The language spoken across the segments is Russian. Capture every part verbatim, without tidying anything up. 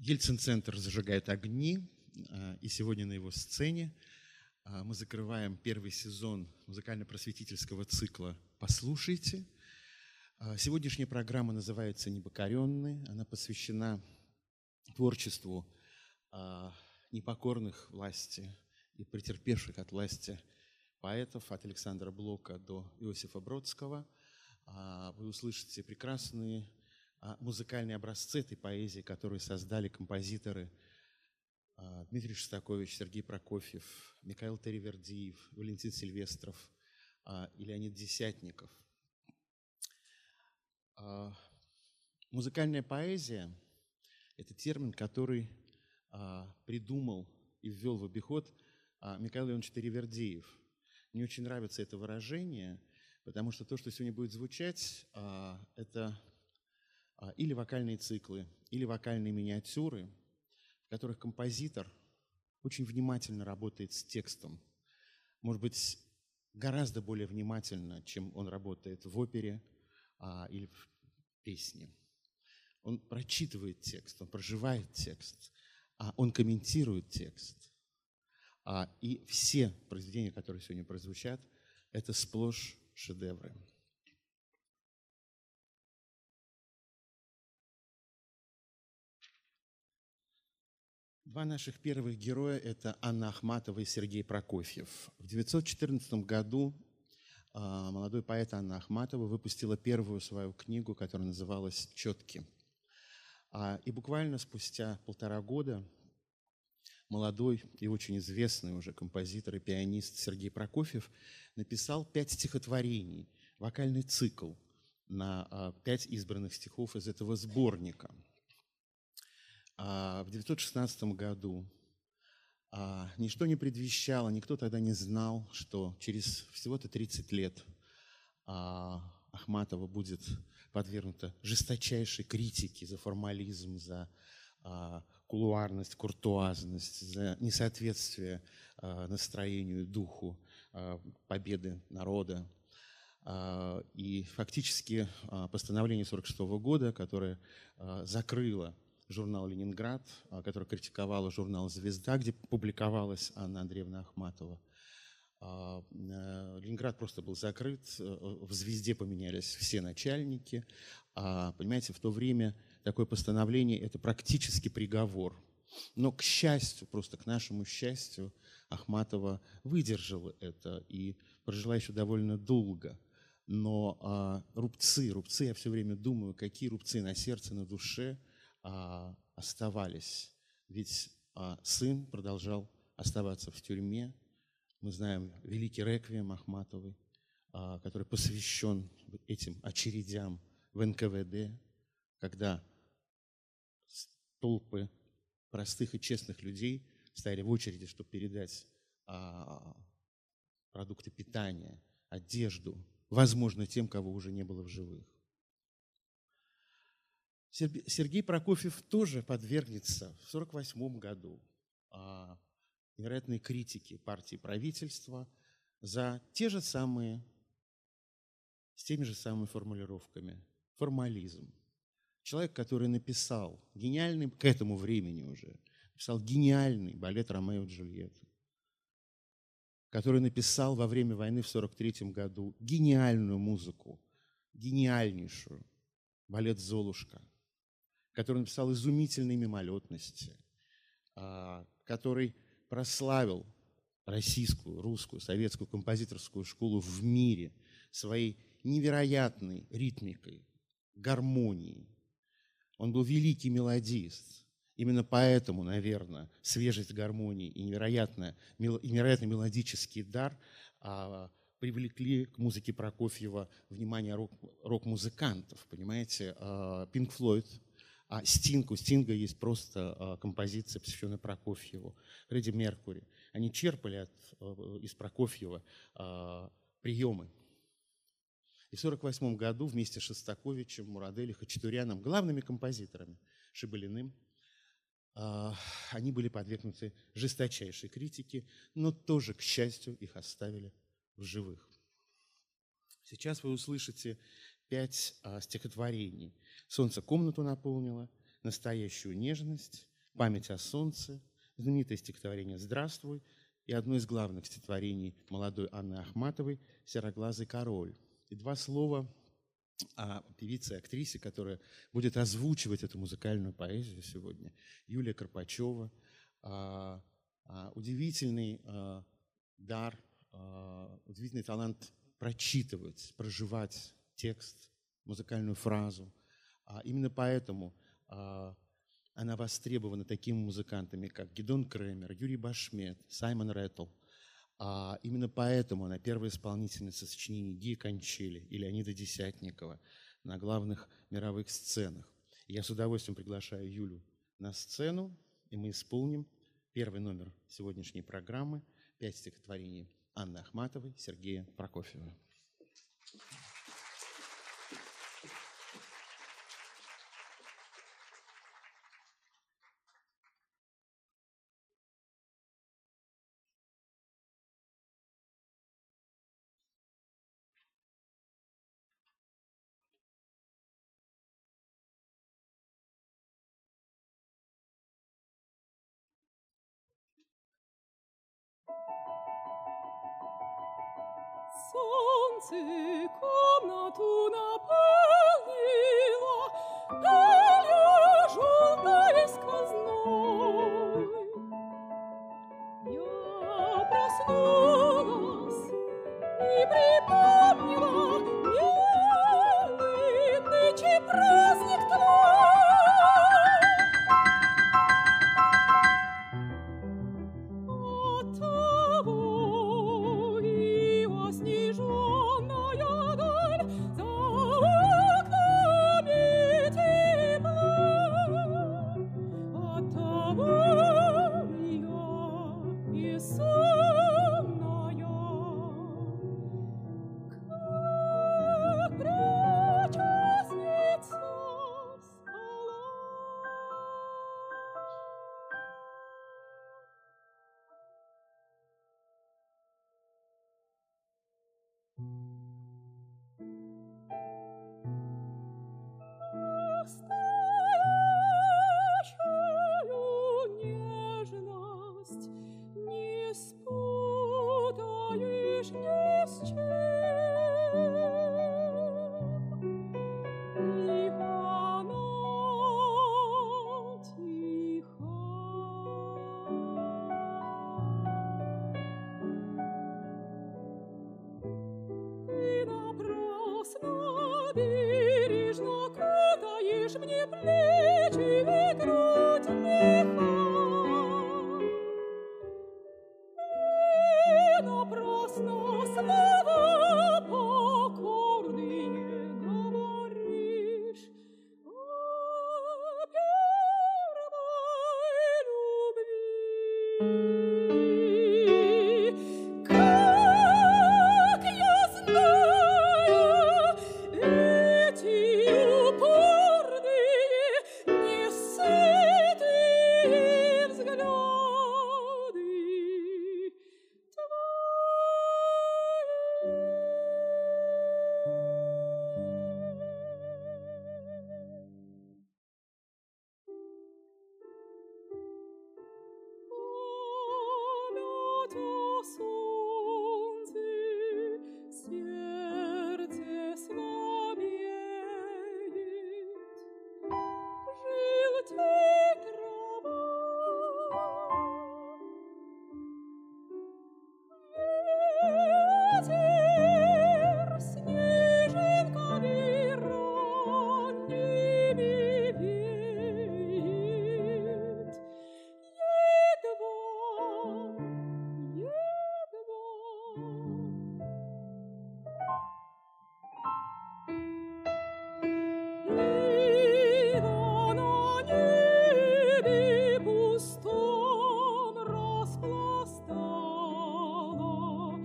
Ельцин-центр зажигает огни, и сегодня на его сцене мы закрываем первый сезон музыкально-просветительского цикла «Послушайте». Сегодняшняя программа называется «Непокоренные». Она посвящена творчеству непокорных власти и претерпевших от власти поэтов от Александра Блока до Иосифа Бродского. Вы услышите прекрасные музыкальные образцы этой поэзии, которые создали композиторы Дмитрий Шостакович, Сергей Прокофьев, Михаил Таривердиев, Валентин Сильвестров и Леонид Десятников. Музыкальная поэзия – это термин, который придумал и ввел в обиход Михаил Леонович Таривердиев. Мне очень нравится это выражение, потому что то, что сегодня будет звучать, это или вокальные циклы, или вокальные миниатюры, в которых композитор очень внимательно работает с текстом. Может быть, гораздо более внимательно, чем он работает в опере а, или в песне. Он прочитывает текст, он проживает текст, а он комментирует текст. А, и все произведения, которые сегодня прозвучат, это сплошь шедевры. Два наших первых героя – это Анна Ахматова и Сергей Прокофьев. В девятьсот четырнадцатом году а, молодой поэт Анна Ахматова выпустила первую свою книгу, которая называлась «Четки». А, и буквально спустя полтора года молодой и очень известный уже композитор и пианист Сергей Прокофьев написал пять стихотворений, вокальный цикл на а, пять избранных стихов из этого сборника. В девятьсот шестнадцатом году ничто не предвещало, никто тогда не знал, что через всего-то тридцать лет Ахматова будет подвергнута жесточайшей критике за формализм, за кулуарность, куртуазность, за несоответствие настроению, духу победы народа. И фактически постановление сорок шестого года, которое закрыло журнал «Ленинград», который критиковала журнал «Звезда», где публиковалась Анна Андреевна Ахматова. Ленинград просто был закрыт, в «Звезде» поменялись все начальники. Понимаете, в то время такое постановление – это практически приговор. Но, к счастью, просто к нашему счастью, Ахматова выдержала это и прожила еще довольно долго. Но рубцы, рубцы, я все время думаю, какие рубцы на сердце, на душе – оставались. Ведь а, сын продолжал оставаться в тюрьме. Мы знаем великий реквием Ахматовой, а, который посвящен этим очередям в эн ка вэ дэ, когда толпы простых и честных людей стояли в очереди, чтобы передать а, продукты питания, одежду, возможно, тем, кого уже не было в живых. Сергей Прокофьев тоже подвергнется в сорок восьмом году а, невероятной критике партии и правительства за те же самые, с теми же самыми формулировками. Формализм. Человек, который написал гениальный, к этому времени уже, написал гениальный балет «Ромео и Джульетта», который написал во время войны в сорок третьем году гениальную музыку, гениальнейшую, балет «Золушка», который написал изумительные мимолетности, который прославил российскую, русскую, советскую композиторскую школу в мире своей невероятной ритмикой, гармонией. Он был великий мелодист. Именно поэтому, наверное, свежесть гармонии и невероятный, невероятный мелодический дар привлекли к музыке Прокофьева внимание рок, рок-музыкантов. Понимаете, Pink Floyd. А Стинг, у Стинга есть просто а, композиция, посвященная Прокофьеву, Фредди Меркьюри. Они черпали от, из Прокофьева а, приемы. И в сорок восьмом году вместе с Шостаковичем, Мурадель, Хачатуряном, главными композиторами, Шибалиным, а, они были подвергнуты жесточайшей критике, но тоже, к счастью, их оставили в живых. Сейчас вы услышите пять а, стихотворений. «Солнце комнату наполнило», «Настоящую нежность», «Память о солнце», знаменитое стихотворение «Здравствуй» и одно из главных стихотворений молодой Анны Ахматовой «Сероглазый король». И два слова о певице и актрисе, которая будет озвучивать эту музыкальную поэзию сегодня, Юлия Карпачева. Удивительный дар, удивительный талант прочитывать, проживать текст, музыкальную фразу. Именно поэтому она востребована такими музыкантами, как Гидон Кремер, Юрий Башмет, Саймон Рэттл. А именно поэтому она первая исполнительница сочинений Гии Кончели и Леонида Десятникова на главных мировых сценах. И я с удовольствием приглашаю Юлю на сцену, и мы исполним первый номер сегодняшней программы «Пять стихотворений Анны Ахматовой, Сергея Прокофьева». Солнце комнату наполнило, пылью желтой сквозной. Я проснулась и припомнила милый нынче праздник твой. Оттого и оснеженная даль за окнами тепла. Оттого я и сонная, как предчастница спала. Настоящую нежность не спутаешь ни с чем. И она тиха. Ты напрасно бережно кутаешь мне плечи и грудь меха. Ты напрасно слова покорные говоришь о первой любви. Как я знаю эти упорные, несытые взгляды память о солнце, сердце слабеет, желтеет трава. Ветер снежинками ранними веет. Едва, едва. Ива на небе пустом распластала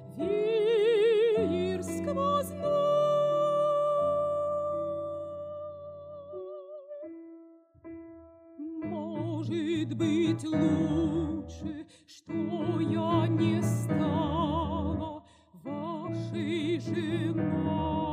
веер сквозной. Может быть, лучше, что я не стала вашей женой.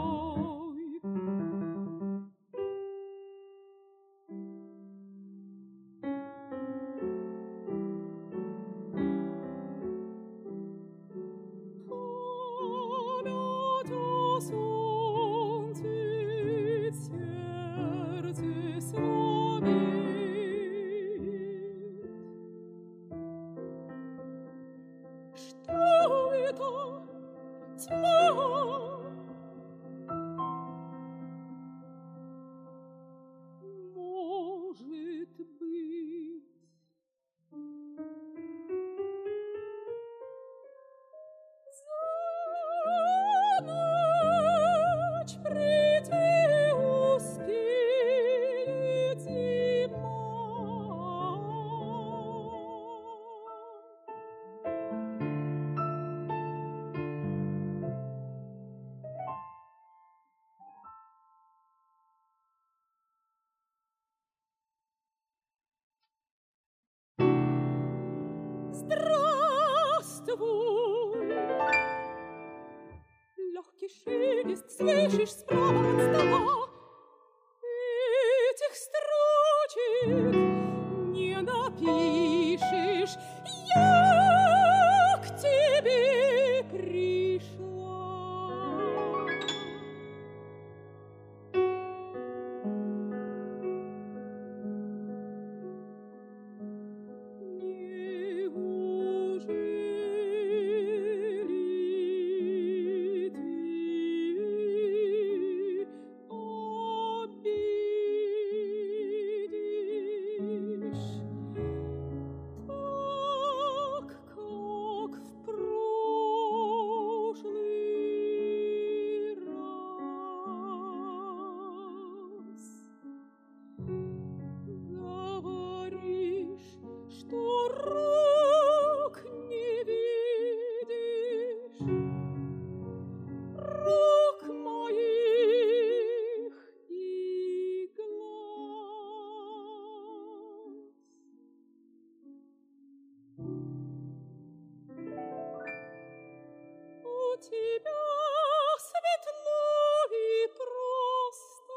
шелест слышишь справа от стола. Этих строчек не напишешь, я к тебе пришла. Неужели ты обидишь так, как в прошлый раз? Говоришь, что рук не видишь, рук моих и глаз. У тебя светло и просто.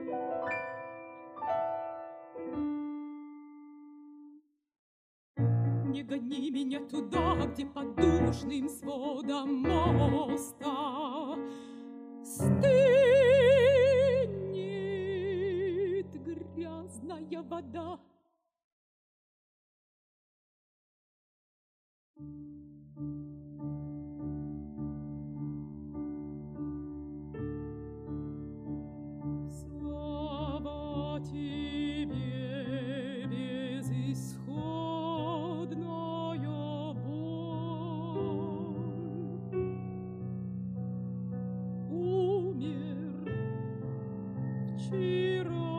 Не гони меня туда, где под душным сводом моста стынет грязная вода. Слава тебе, безысходная боль. Умер вчера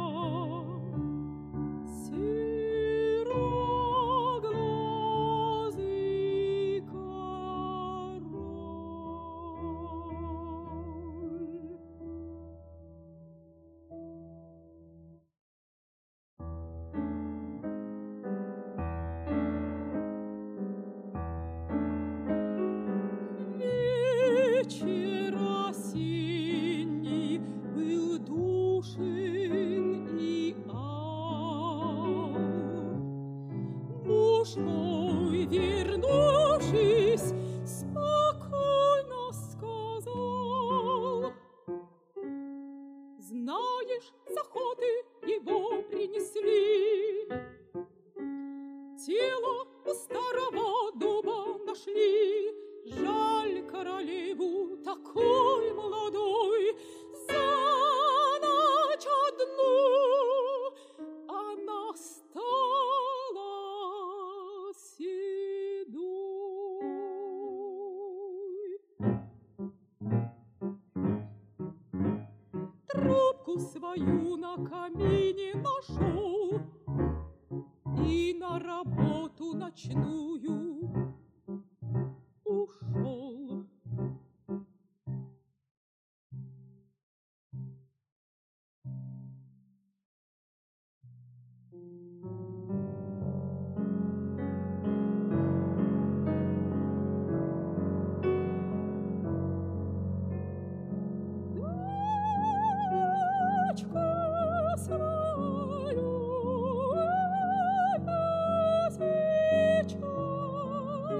сероглазый король. Вечер осенний был душен и ал. Муж мой, вернувшись, спокойно сказал: знаешь, с охоты его принесли, тело у старого дуба нашли. Жаль королеву такой молодой, за ночь одну она стала седой. Трубку свою на камине нашел и на работу ночную ушел. Дочку свою я сейчас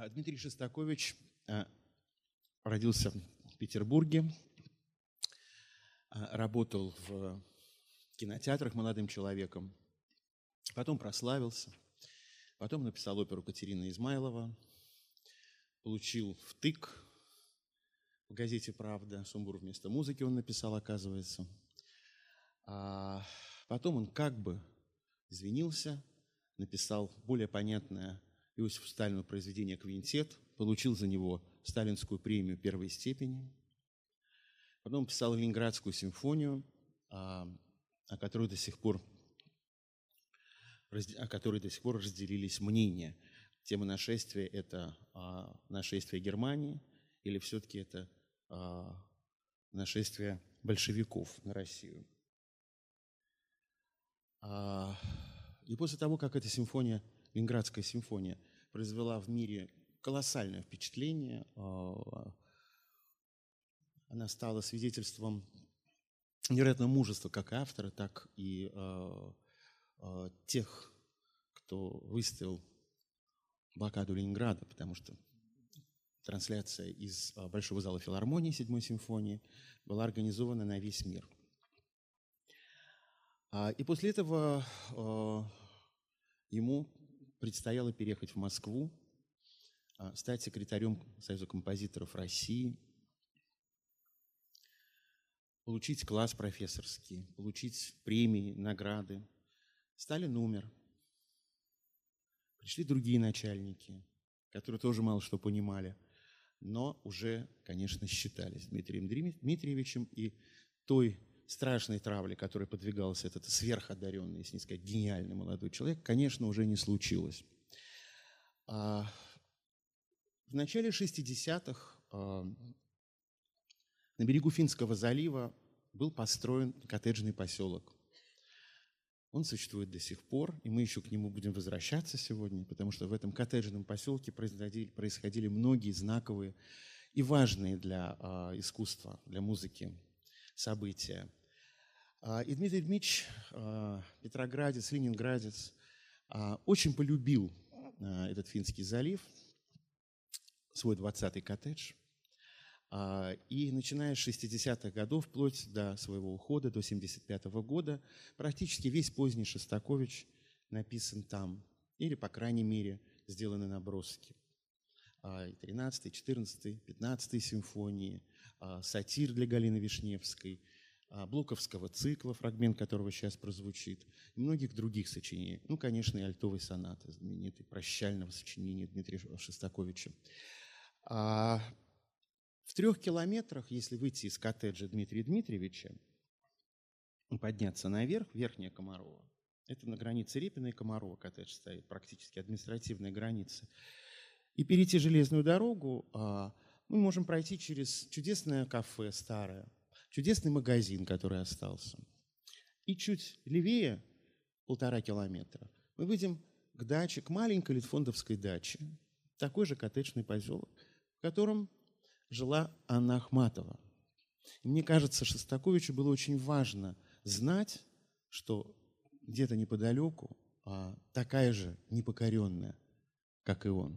Дмитрий Шостакович родился в Петербурге, работал в кинотеатрах молодым человеком, потом прославился, потом написал оперу Катерина Измайлова, получил втык в газете «Правда», «Сумбур» вместо музыки он написал, оказывается. А потом он как бы извинился, написал более понятное Иосифу Сталину произведение «Квинтет», получил за него сталинскую премию первой степени. Потом писал Ленинградскую симфонию, о которой до сих пор, о которой до сих пор разделились мнения. Тема нашествия – это нашествие Германии или все-таки это нашествие большевиков на Россию. И после того, как эта симфония, Ленинградская симфония, произвела в мире колоссальное впечатление, она стала свидетельством невероятного мужества как автора, так и тех, кто выставил блокаду Ленинграда, потому что трансляция из Большого зала филармонии седьмой симфонии была организована на весь мир. И после этого ему предстояло переехать в Москву, стать секретарем Союза композиторов России, получить класс профессорский, получить премии, награды. Сталин умер. Пришли другие начальники, которые тоже мало что понимали, но уже, конечно, считались Дмитрием Дмитриевичем, и той страшной травли, которой подвигался этот сверходаренный, если не сказать, гениальный молодой человек, конечно, уже не случилось. В начале шестидесятых на берегу Финского залива был построен коттеджный поселок. Он существует до сих пор, и мы еще к нему будем возвращаться сегодня, потому что в этом коттеджном поселке происходили, происходили многие знаковые и важные для а, искусства, для музыки события. А, и Дмитрий Дмитриевич, а, петроградец, ленинградец, а, очень полюбил а, этот Финский залив, свой двадцатый коттедж. И начиная с шестидесятых годов, вплоть до своего ухода, до семьдесят пятого года, практически весь поздний Шостакович написан там, или, по крайней мере, сделаны наброски. тринадцатой, четырнадцатой, пятнадцатой симфонии, сатир для Галины Вишневской, Блоковского цикла, фрагмент которого сейчас прозвучит, и многих других сочинений. Ну, конечно, и альтовой сонаты, знаменитой, прощального сочинения Дмитрия Шостаковича. В трех километрах, если выйти из коттеджа Дмитрия Дмитриевича и подняться наверх, Верхняя Комарова, это на границе Репина и Комарова коттедж стоит, практически административная граница, и перейти железную дорогу, мы можем пройти через чудесное кафе старое, чудесный магазин, который остался. И чуть левее, полтора километра, мы выйдем к даче, к маленькой литфондовской даче, такой же коттеджный поселок, в котором жила Анна Ахматова. И мне кажется, Шостаковичу было очень важно знать, что где-то неподалеку а, такая же непокоренная, как и он.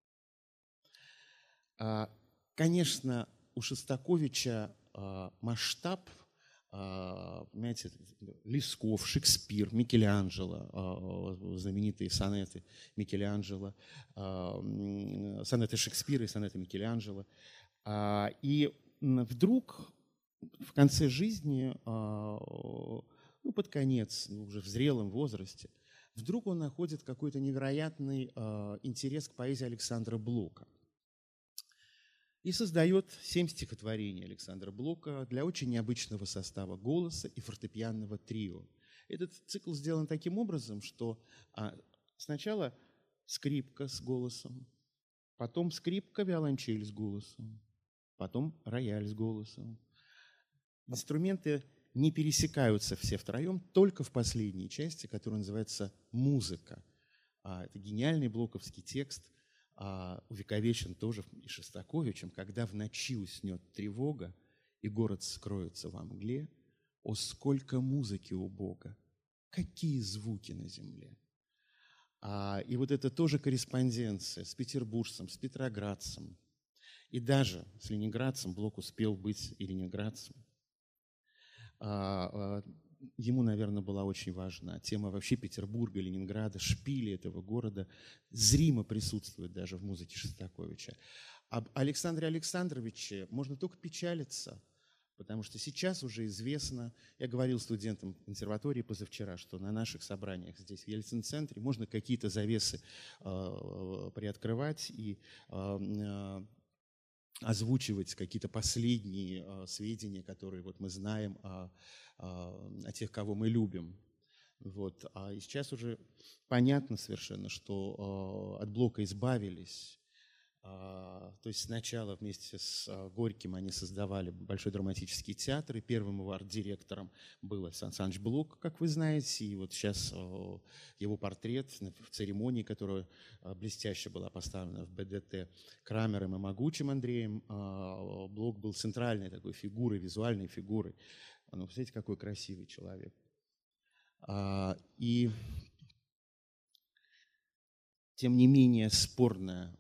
А, конечно, у Шостаковича а, масштаб, а, понимаете, Лесков, Шекспир, Микеланджело, а, знаменитые сонеты Микеланджело, а, сонеты Шекспира и сонеты Микеланджело. И вдруг в конце жизни, ну, под конец, уже в зрелом возрасте, вдруг он находит какой-то невероятный интерес к поэзии Александра Блока и создает семь стихотворений Александра Блока для очень необычного состава голоса и фортепианного трио. Этот цикл сделан таким образом, что сначала скрипка с голосом, потом скрипка, виолончель с голосом, потом рояль с голосом. Инструменты не пересекаются все втроем, только в последней части, которая называется «Музыка». Это гениальный блоковский текст, увековечен тоже и Шостаковичем, когда в ночи уснет тревога, и город скроется во мгле. О, сколько музыки у Бога! Какие звуки на земле! И вот это тоже корреспонденция с петербуржцем, с петроградцем. И даже с ленинградцем Блок успел быть и ленинградцем. Ему, наверное, была очень важна тема вообще Петербурга, Ленинграда, шпили этого города. Зримо присутствует даже в музыке Шостаковича. Об Александре Александровиче можно только печалиться, потому что сейчас уже известно, я говорил студентам консерватории позавчера, что на наших собраниях здесь в Ельцин-центре можно какие-то завесы э, приоткрывать и э, озвучивать какие-то последние э, сведения, которые вот мы знаем о, о тех, кого мы любим. Вот. А сейчас уже понятно совершенно, что э, от Блока избавились. То есть сначала вместе с Горьким они создавали Большой драматический театр, и первым его арт-директором был Александр Александрович Блок, как вы знаете, и вот сейчас его портрет в церемонии, которая блестяще была поставлена в БДТ Крамером и Могучим Андреем, Блок был центральной такой фигурой, визуальной фигурой. Ну, посмотрите, какой красивый человек. И тем не менее спорная,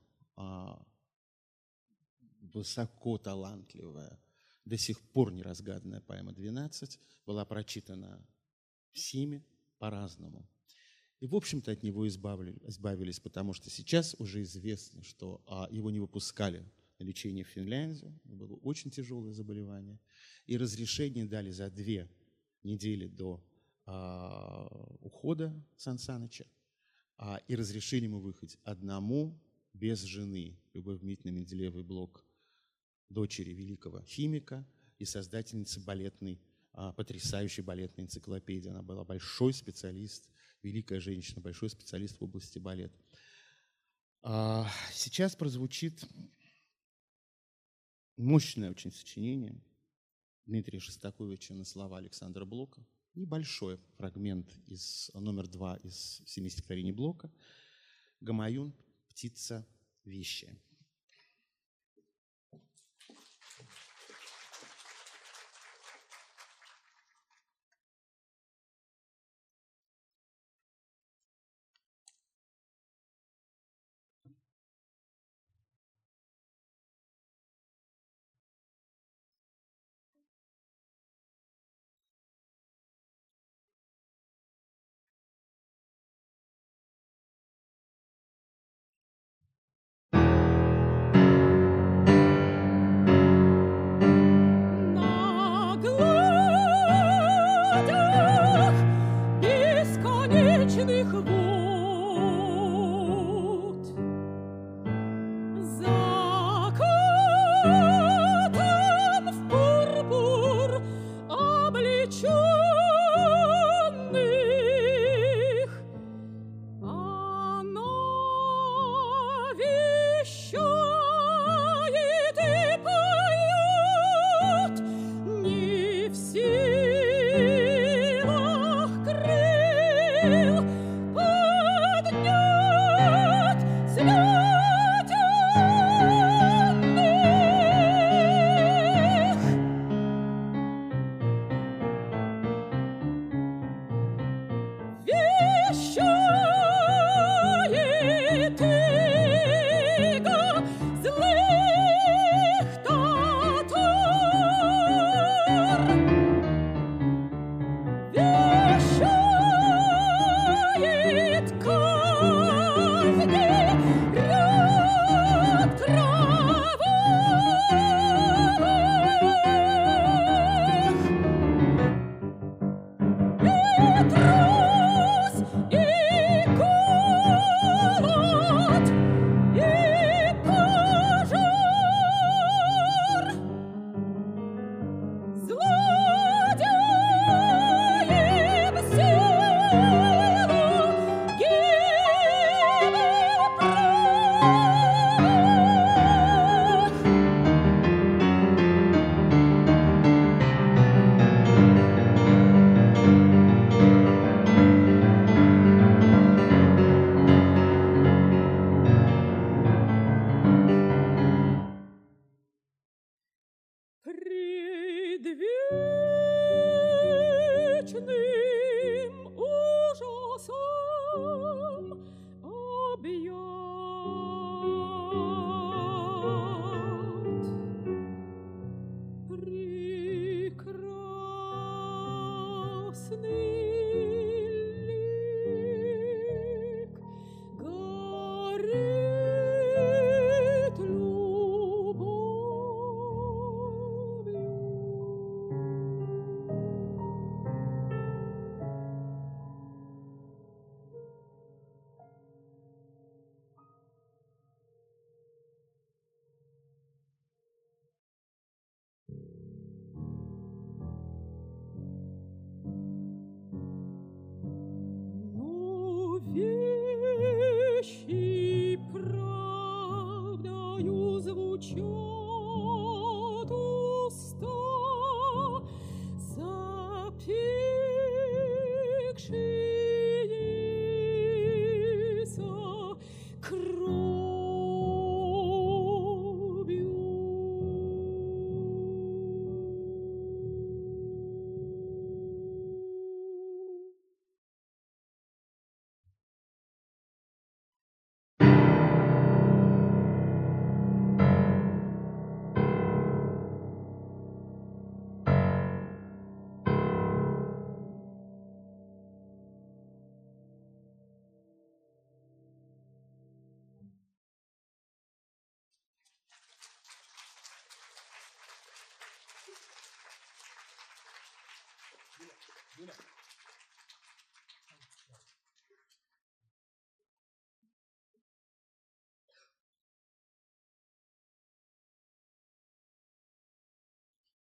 высоко талантливая, до сих пор неразгаданная поэма «двенадцать» была прочитана всеми по-разному. И, в общем-то, от него избавились, потому что сейчас уже известно, что его не выпускали на лечение в Финляндию, было очень тяжелое заболевание, и разрешение дали за две недели до ухода Сан Саныча, и разрешили ему выходить одному, без жены, Любовь Дмитриевны Менделеевой Блок, дочери великого химика и создательницы балетной, потрясающей балетной энциклопедии. Она была большой специалист, великая женщина, большой специалист в области балета. Сейчас прозвучит мощное очень сочинение Дмитрия Шостаковича на слова Александра Блока. Небольшой фрагмент из номер два из семи стихотворений Блока. Гамаюн, птица вещая.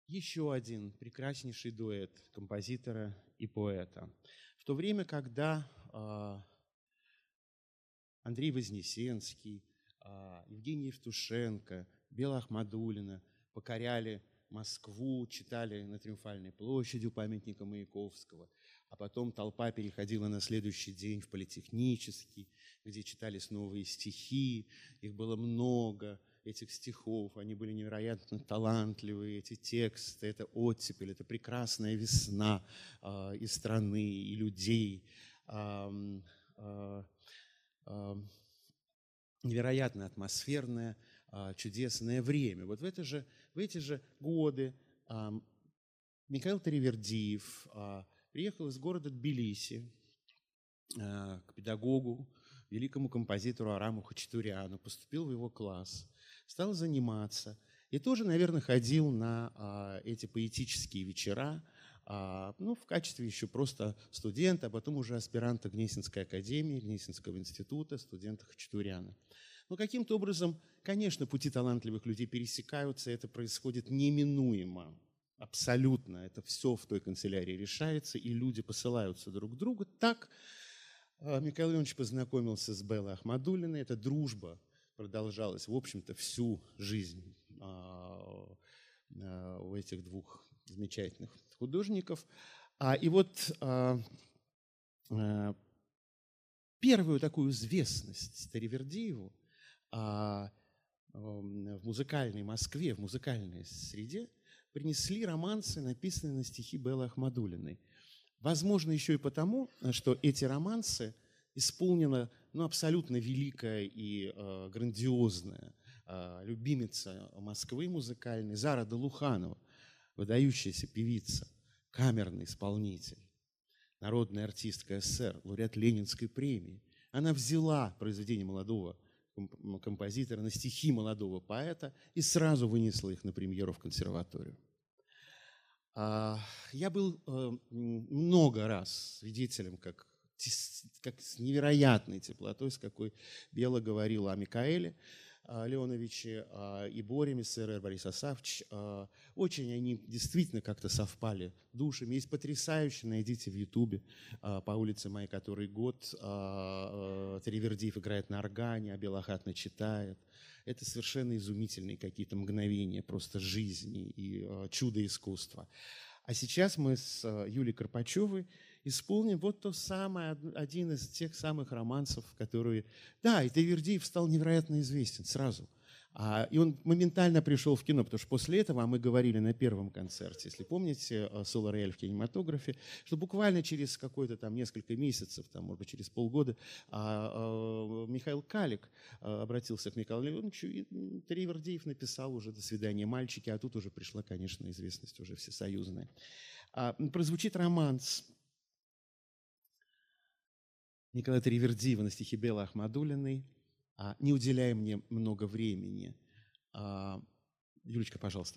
еще один прекраснейший дуэт композитора и поэта. В то время, когда э, Андрей Вознесенский, э, Евгений Евтушенко, Бела Ахмадуллина покоряли Москву, читали на Триумфальной площади у памятника Маяковского, а потом толпа переходила на следующий день в Политехнический, где читались новые стихи, их было много, этих стихов, они были невероятно талантливые, эти тексты, это оттепель, это прекрасная весна э, и страны, и людей, э, э, э, невероятно атмосферное, э, чудесное время. Вот в, это же, в эти же годы э, Михаил Таривердиев э, приехал из города Тбилиси э, к педагогу, великому композитору Араму Хачатуряну, поступил в его класс, стал заниматься и тоже, наверное, ходил на а, эти поэтические вечера, а, ну, в качестве еще просто студента, а потом уже аспиранта Гнесинской академии, Гнесинского института, студента Хачатуряна. Но каким-то образом, конечно, пути талантливых людей пересекаются, это происходит неминуемо, абсолютно. Это все в той канцелярии решается, и люди посылаются друг к другу. Так Михаил Леонович познакомился с Беллой Ахмадуллиной. Эта дружба продолжалась, в общем-то, всю жизнь у этих двух замечательных художников. И вот первую такую известность Таривердиеву в музыкальной Москве, в музыкальной среде принесли романсы, написанные на стихи Беллы Ахмадуллиной. Возможно, еще и потому, что эти романсы исполнена ну, абсолютно великая и э, грандиозная э, любимица Москвы музыкальной Зара Долуханова, выдающаяся певица, камерный исполнитель, народная артистка СССР, лауреат Ленинской премии. Она взяла произведение молодого композитора на стихи молодого поэта и сразу вынесла их на премьеру в консерваторию. Я был много раз свидетелем, как, как с невероятной теплотой, с какой Бела говорила о Микаэле Леоновиче и Боре СССР, Борис Асафович. Очень они действительно как-то совпали душами. Есть потрясающе, найдите в Ютубе «По улице моей который год». Таривердиев играет на органе, а Бела Ахмадуллина читает. Это совершенно изумительные какие-то мгновения просто жизни и э, чудо искусства. А сейчас мы с э, Юлией Карпачевой исполним вот то самое, один из тех самых романсов, которые... Да, и Таривердиев стал невероятно известен сразу. А, и он моментально пришел в кино, потому что после этого, а мы говорили на первом концерте, если помните, «Соло-рояль» в кинематографе, что буквально через какое-то там несколько месяцев, там, может быть, через полгода, а, а, Михаил Калик а, обратился к Михаилу Леоновичу, и Таривердиев написал уже «До свидания, мальчики», а тут уже пришла, конечно, известность уже всесоюзная. А, прозвучит романс Николая Таривердиева на стихи Беллы Ахмадуллиной «Не уделяй мне много времени». Юлечка, пожалуйста.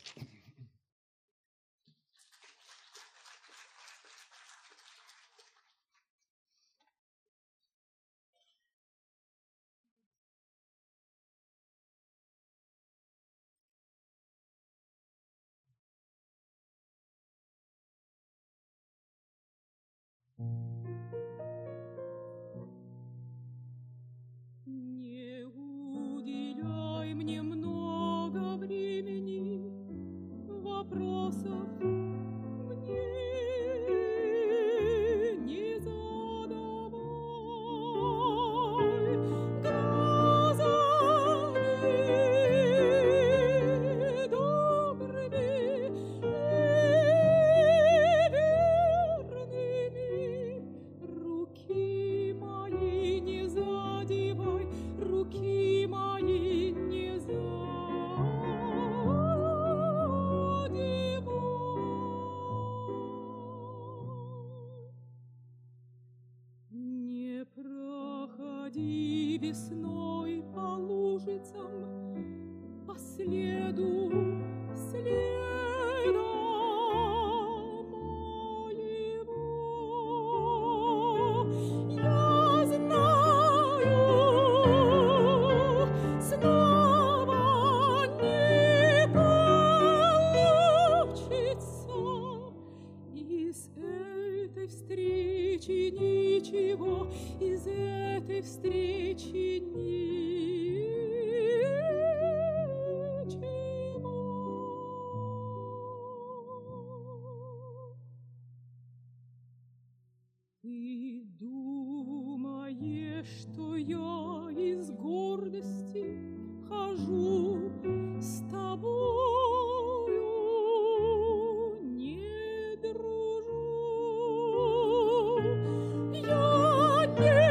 Снова не получится. речи ничего. Ты думаешь, что я из гордости хожу с тобою, не дружу. Я не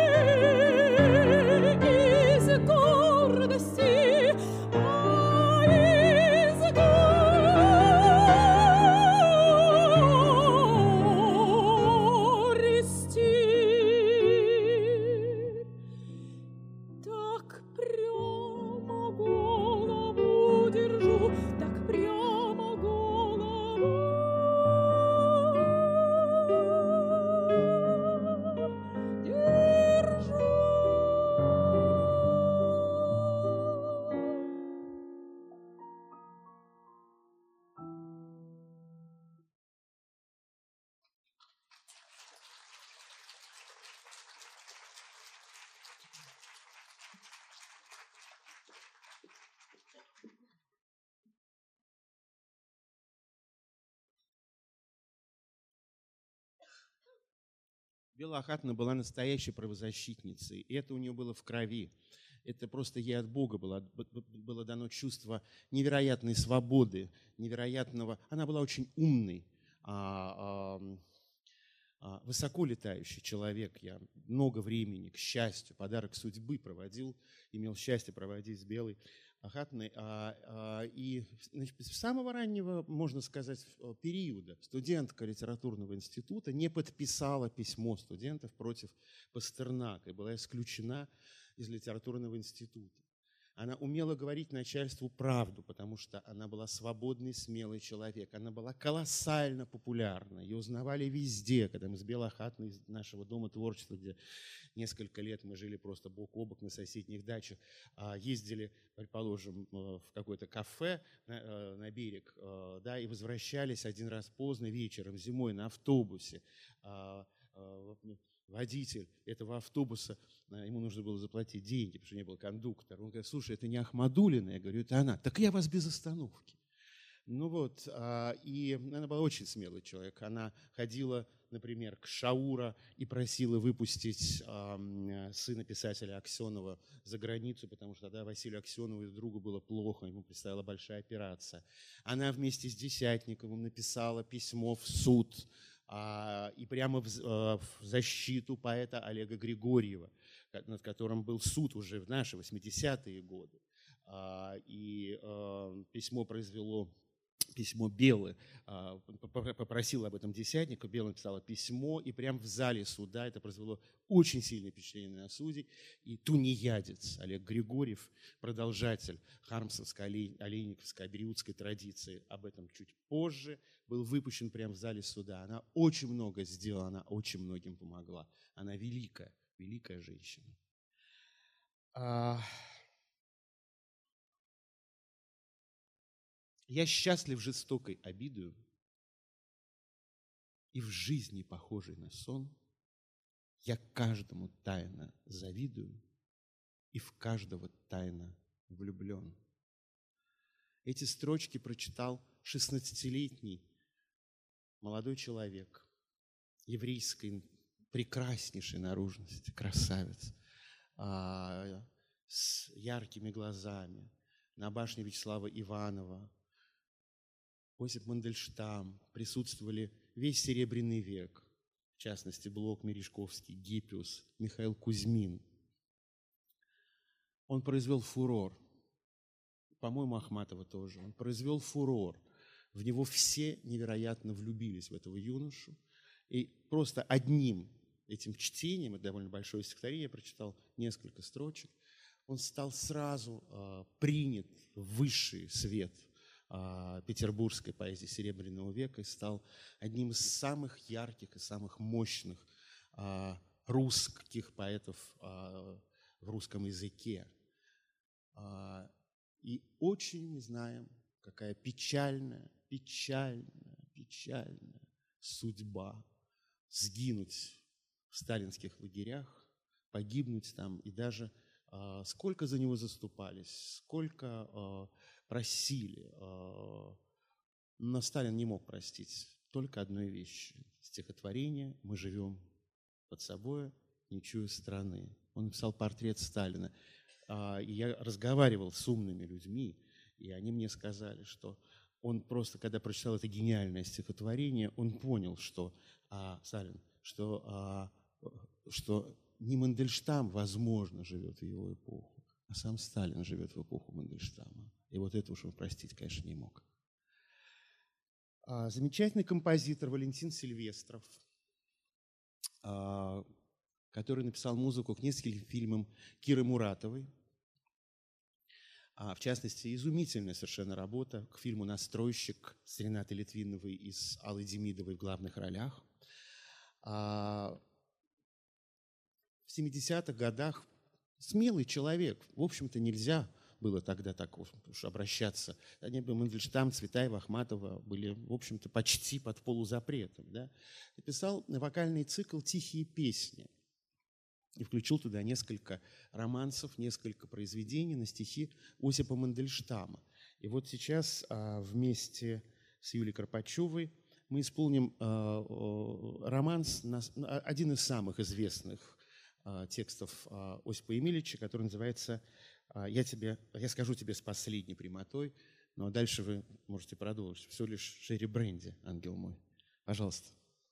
из гордости, а из горести. Так прямо голову держу, так прямо голову держу. Белла Ахатовна была настоящей правозащитницей, и это у нее было в крови. Это просто ей от Бога было, было дано чувство невероятной свободы, невероятного... Она была очень умной, а, а, высоко летающий человек. Я много времени, к счастью, подарок судьбы проводил, имел счастье проводить с Белой Ахатовной. А, а, и значит, с самого раннего, можно сказать, периода студентка литературного института не подписала письмо студентов против Пастернака и была исключена из литературного института. Она умела говорить начальству правду, потому что она была свободный, смелый человек. Она была колоссально популярна. Ее узнавали везде, когда мы с Белой Ахатовной из нашего дома творчества, где несколько лет мы жили просто бок о бок на соседних дачах, ездили, предположим, в какое-то кафе на, на берег, да, и возвращались один раз поздно вечером, зимой на автобусе. Водитель этого автобуса, ему нужно было заплатить деньги, потому что не было кондуктора. Он говорит: слушай, это не Ахмадуллина? Я говорю: это она. Так я вас без остановки. Ну вот, и она была очень смелый человек. Она ходила, например, к Шаура и просила выпустить сына писателя Аксенова за границу, потому что тогда Василию Аксенову и другу было плохо, ему предстояла большая операция. Она вместе с Десятниковым написала письмо в суд и прямо в защиту поэта Олега Григорьева, над которым был суд уже в наши восьмидесятые годы. И письмо произвело, письмо Беллы, попросила об этом Десятников, Белла написала письмо, и прямо в зале суда это произвело очень сильное впечатление на судей. И тунеядец Олег Григорьев, продолжатель хармсовской, олейниковской, абериутской традиции, об этом чуть позже, был выпущен прямо в зале суда. Она очень много сделала, она очень многим помогла. Она великая, великая женщина. Я счастлив жестокой обидою, и в жизни, похожей на сон, я каждому тайно завидую и в каждого тайно влюблен. Эти строчки прочитал шестнадцатилетний молодой человек еврейской прекраснейшей наружности, красавец, с яркими глазами, на башне Вячеслава Иванова. Осип Мандельштам, присутствовали весь Серебряный век, в частности, Блок, Мережковский, Гиппиус, Михаил Кузьмин. Он произвел фурор, по-моему, Ахматова тоже. Он произвел фурор. В него все невероятно влюбились, в этого юношу. И просто одним этим чтением, это довольно большое стихотворение, я прочитал несколько строчек, он стал сразу э, принят в высший свет петербургской поэзии Серебряного века и стал одним из самых ярких и самых мощных русских поэтов в русском языке. И очень мы знаем, какая печальная, печальная, печальная судьба сгинуть в сталинских лагерях погибнуть там, и даже э, сколько за него заступались, сколько э, просили. Э, но Сталин не мог простить только одной вещи. Стихотворение «Мы живем под собой, не чуя страны». Он написал портрет Сталина. Э, и я разговаривал с умными людьми, и они мне сказали, что он просто, когда прочитал это гениальное стихотворение, он понял, что а, Сталин, что, а, что не Мандельштам, возможно, живет в его эпоху, а сам Сталин живет в эпоху Мандельштама. И вот это уж он простить, конечно, не мог. А, замечательный композитор Валентин Сильвестров, а, который написал музыку к нескольким фильмам Киры Муратовой. А, в частности, изумительная совершенно работа к фильму «Настройщик» с Ренатой Литвиновой и с Аллой Демидовой в главных ролях. А, в семидесятых годах смелый человек. В общем-то, нельзя было тогда так уж обращаться. Они бы Мандельштам, Цветаева, Ахматова были, в общем-то, почти под полузапретом. Да? Написал вокальный цикл «Тихие песни». И включил туда несколько романсов, несколько произведений на стихи Осипа Мандельштама. И вот сейчас а, вместе с Юлией Карпачевой мы исполним а, романс, на, один из самых известных а, текстов а, Осипа Емельевича, который называется а, «Я, тебе, «Я скажу тебе с последней прямотой», ну а дальше вы можете продолжить. Все лишь Шерри Бренди, ангел мой. Пожалуйста.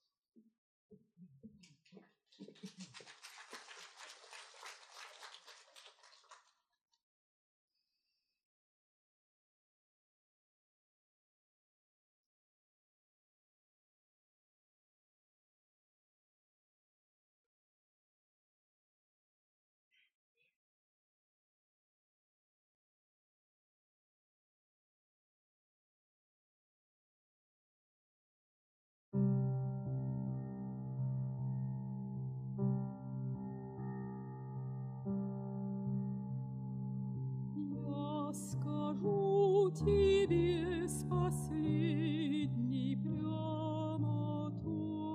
Скажу тебе с последней прямотой,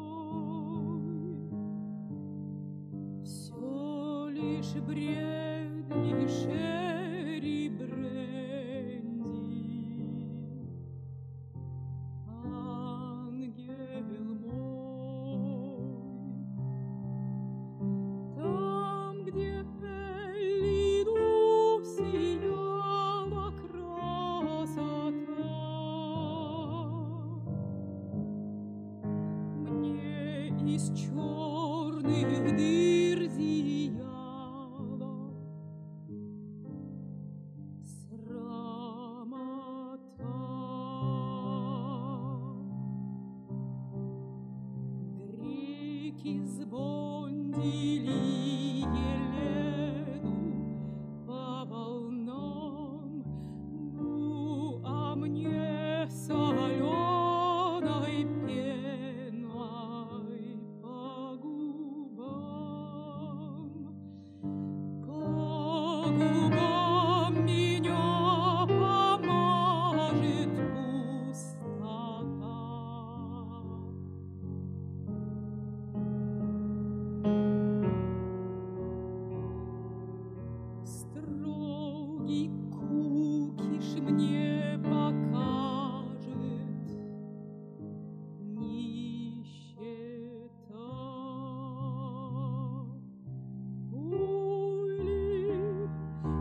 все лишь бредни Шерри Бренди, ангел мой, там, где Эллиду сияла красота, мне из черных дыр зияла срамота. Греки сбондили Елену по волнам, ну а мне соленой пеной по губам, по губам меня помажет пустота. Строгий кукиш мне покажет нищета. Уйли,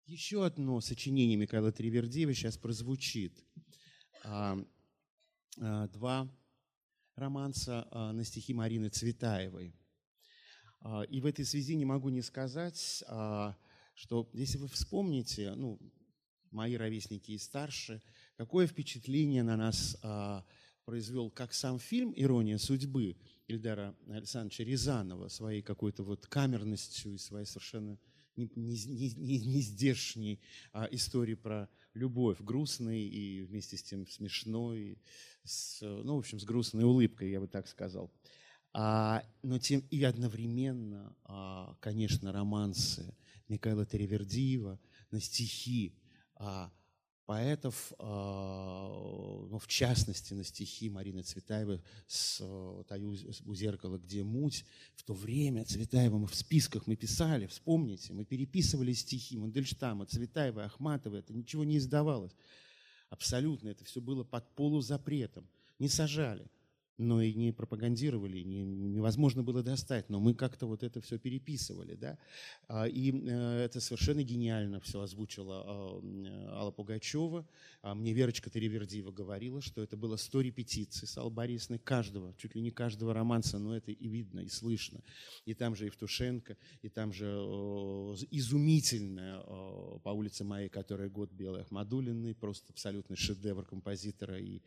Еще одно сочинение Михаила Таривердиева сейчас прозвучит. Два романса на стихи Марины Цветаевой. И в этой связи не могу не сказать, что если вы вспомните, ну, мои ровесники и старше, какое впечатление на нас произвел как сам фильм «Ирония судьбы» Ильдара Александровича Рязанова своей какой-то вот камерностью и своей совершенно нездешней историей про любовь, грустной и вместе с тем смешной, с, ну, в общем, с грустной улыбкой, я бы так сказал. А, но тем и одновременно, а, конечно, романсы Михаила Таривердиева на стихи а, поэтов, а, ну, в частности, на стихи Марины Цветаевой с «Таю у зеркала, где муть». В то время Цветаева мы в списках мы писали, вспомните, мы переписывали стихи Мандельштама, Цветаевой, Ахматовой, это ничего не издавалось. Абсолютно, это все было под полузапретом. Не сажали, но и не пропагандировали, не, невозможно было достать, но мы как-то вот это все переписывали, да, и это совершенно гениально все озвучила Алла Пугачева. Мне Верочка Таривердиева говорила, что это было сто репетиций с Аллой Борисовной каждого, чуть ли не каждого романса, но это и видно, и слышно. И там же Евтушенко, и там же изумительная «По улице моей, которая год белый» Ахмадуллиной, просто абсолютный шедевр композитора и,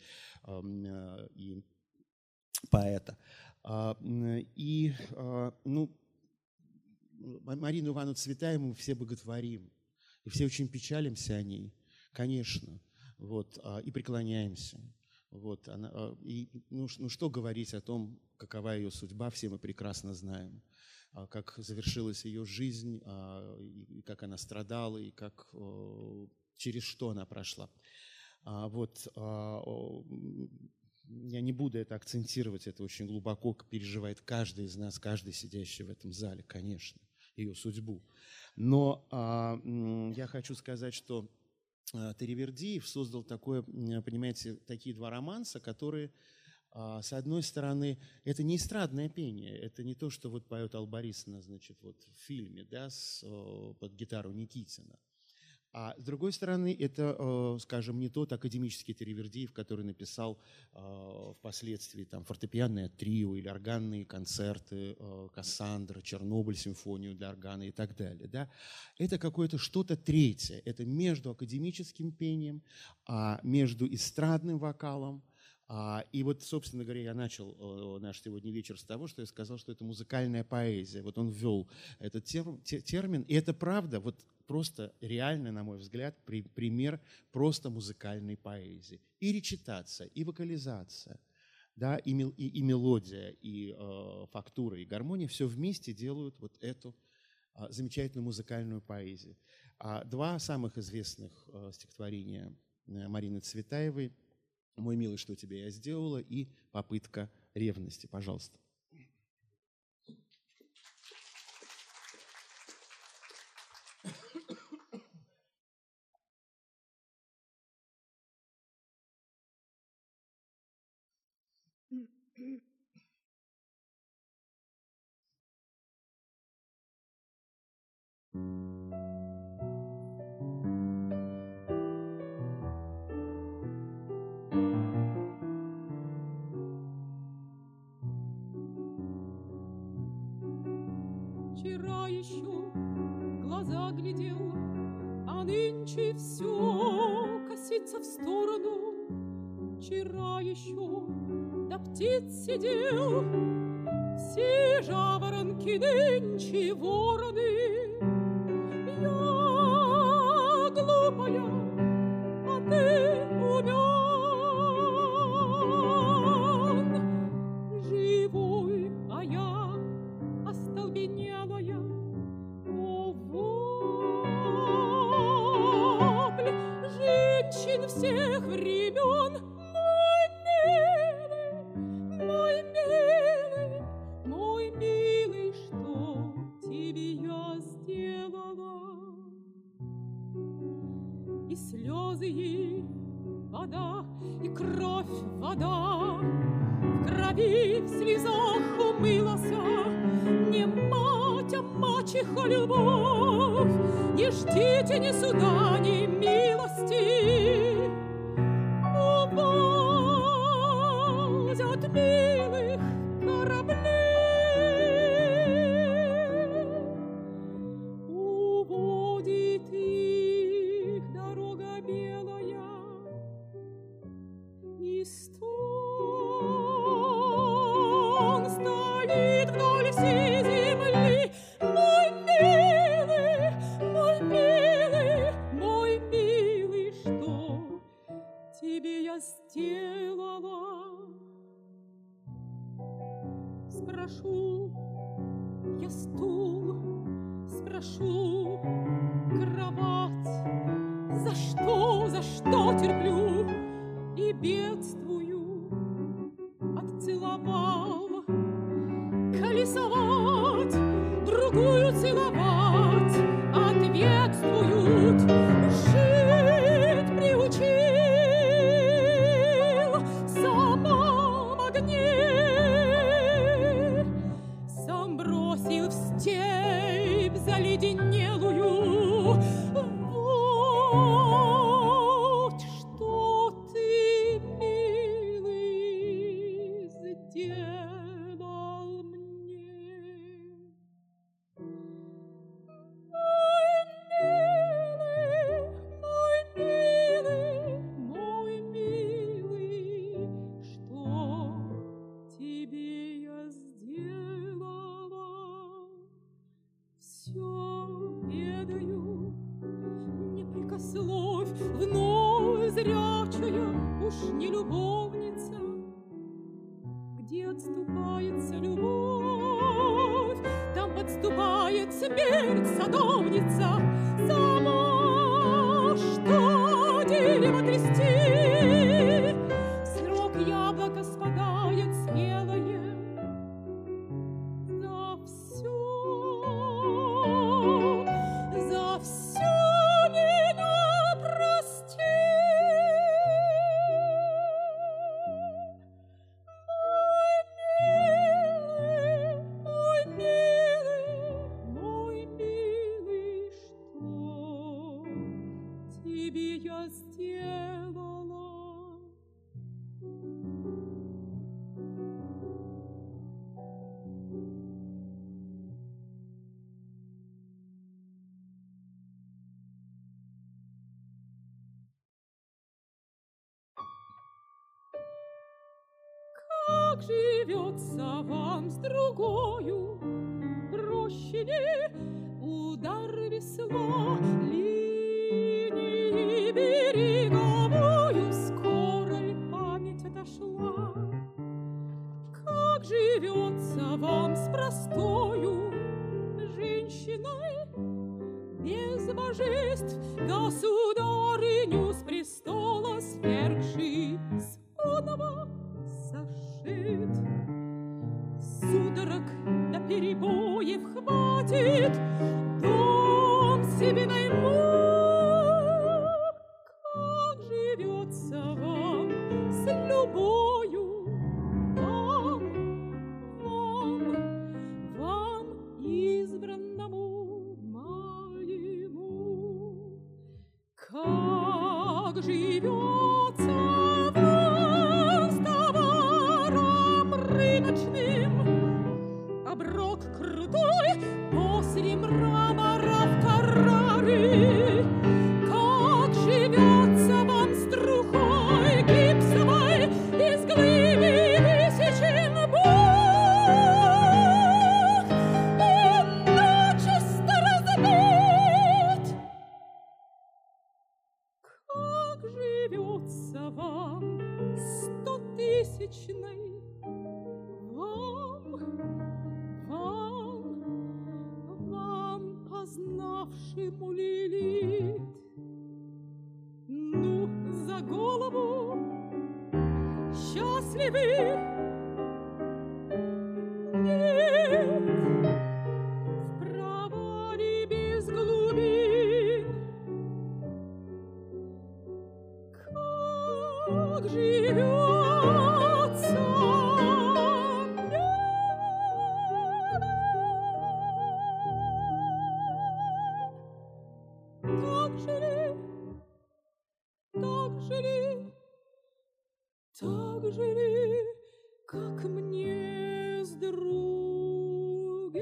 и поэта. И, ну, Марину Ивановну Цветаеву мы все боготворим, и все очень печалимся о ней, конечно, вот, и преклоняемся. Вот, она, и, ну, ну, что говорить о том, какова ее судьба, все мы прекрасно знаем, как завершилась ее жизнь, и как она страдала, и как, через что она прошла. Вот, я не буду это акцентировать, это очень глубоко переживает каждый из нас, каждый сидящий в этом зале, конечно, ее судьбу. Но а, я хочу сказать, что а, Таривердиев создал такое, понимаете, такие два романса, которые, а, с одной стороны, это не эстрадное пение, это не то, что вот поет Алла Борисовна, значит, вот в фильме, да, с, под гитару Никитина. А с другой стороны, это, скажем, не тот академический Таривердиев, который написал впоследствии там, фортепианное трио или органные концерты Кассандра, Чернобыль, симфонию для органа и так далее. Да? Это какое-то что-то третье. Это между академическим пением, между эстрадным вокалом. И вот, собственно говоря, я начал наш сегодня вечер с того, что я сказал, что это музыкальная поэзия. Вот он ввел этот термин, и это правда, вот просто реально, на мой взгляд, пример просто музыкальной поэзии. И речитация, и вокализация, да, и, и, и мелодия, и э, фактура, и гармония все вместе делают вот эту э, замечательную музыкальную поэзию. А два самых известных э, стихотворения Марины Цветаевой «Мой милый, что тебе я сделала» и «Попытка ревности». Пожалуйста. Вчера еще глаза глядел, а нынче все косится в сторону. Вчера еще до птиц сидел, все жаворонки нынче вороны. Я глупая, а ты умен, живой, а я остолбенелая. О, вопль женщин всех времен, мой милый, мой милый, мой милый, что тебе я сделала? И слезы ей вода, и кровь вода, в крови, в слезах умылась не мать, а мачеха любовь, не не ждите ни суда, ни милости. Увозят милых кораблей, уводит их дорога белая, и стон стоит вдоль всей земли. Мой милый, мой милый, мой милый, что тебе я сделала? Спрошу я стул, спрошу кровать, за что, за что терплю и бедствую. Отцеловал, колесовать, другую целовать, ответствуют. Жить приучил самом огне, сам бросил в степь заледенелую. Вот что ты, милый, сделал мне. Мой милый, мой милый, мой милый, что тебе я сделала? Все ведаю, не прикословь, вновь зрячая, уж не любовница. Где отступается любовь, там подступает смерть, садовница. Сама что дерево трясти, срок яблоко спадает спелое. За все, за все меня прости. Мой милый, мой милый, что тебе я сделала? Как живется вам с другою, проще ли удар весла, линии береговую, скоро ли память отошла? Как живется вам с простою женщиной, без божеств, государыню с престола свергши, с оного сошит? Судорог до перебоев хватит, дом себе найму. Как живется вам с любою, вам, вам, вам, избранному моему? Как живется вам с товаром рыночным, оброк крутой после мрамора в Каррары? Как живется вам с трухой гипсовой из глыбы тысячен бух и начисто разбит? Как живется вам стотысячной, вам, вам, вам, познавшему Лилит? Ну, за голову счастливы? Нет, в провале без глубин. Как живется так жили, как мне с другим.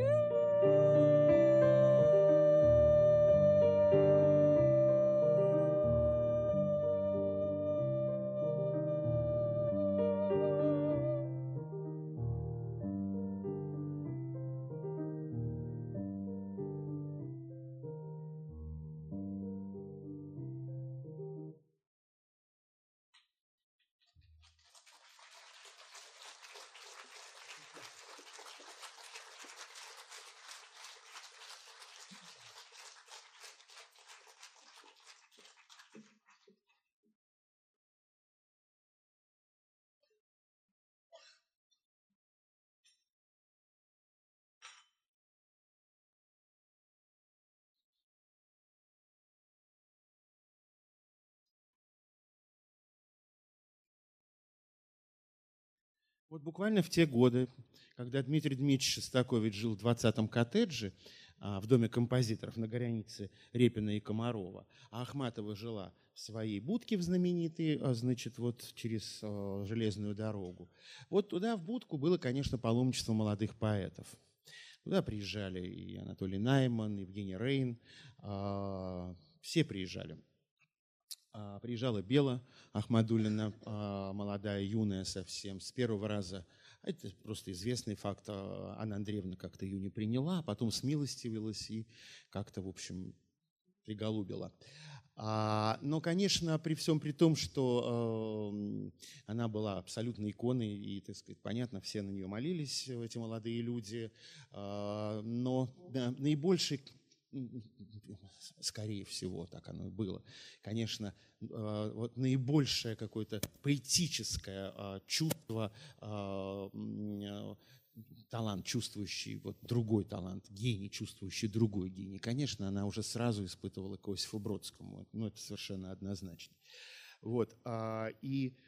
Вот буквально в те годы, когда Дмитрий Дмитриевич Шостакович жил в двадцатом коттедже а, в доме композиторов на границе Репина и Комарова, а Ахматова жила в своей будке в знаменитой, а, значит, вот через а, железную дорогу. Вот туда, в будку, было, конечно, паломничество молодых поэтов. Туда приезжали и Анатолий Найман, и Евгений Рейн, а, все приезжали. Приезжала Бела Ахмадуллина, молодая, юная совсем, с первого раза. Это просто известный факт. Анна Андреевна как-то ее не приняла, а потом смилостивилась и как-то, в общем, приголубила. Но, конечно, при всем при том, что она была абсолютной иконой, и, так сказать, понятно, все на нее молились, эти молодые люди, но наибольший... Скорее всего, так оно и было. Конечно, вот наибольшее какое-то поэтическое чувство, талант, чувствующий вот другой талант, гений, чувствующий другой гений, конечно, она уже сразу испытывала к Иосифу Бродскому. Ну, это совершенно однозначно. Вот. И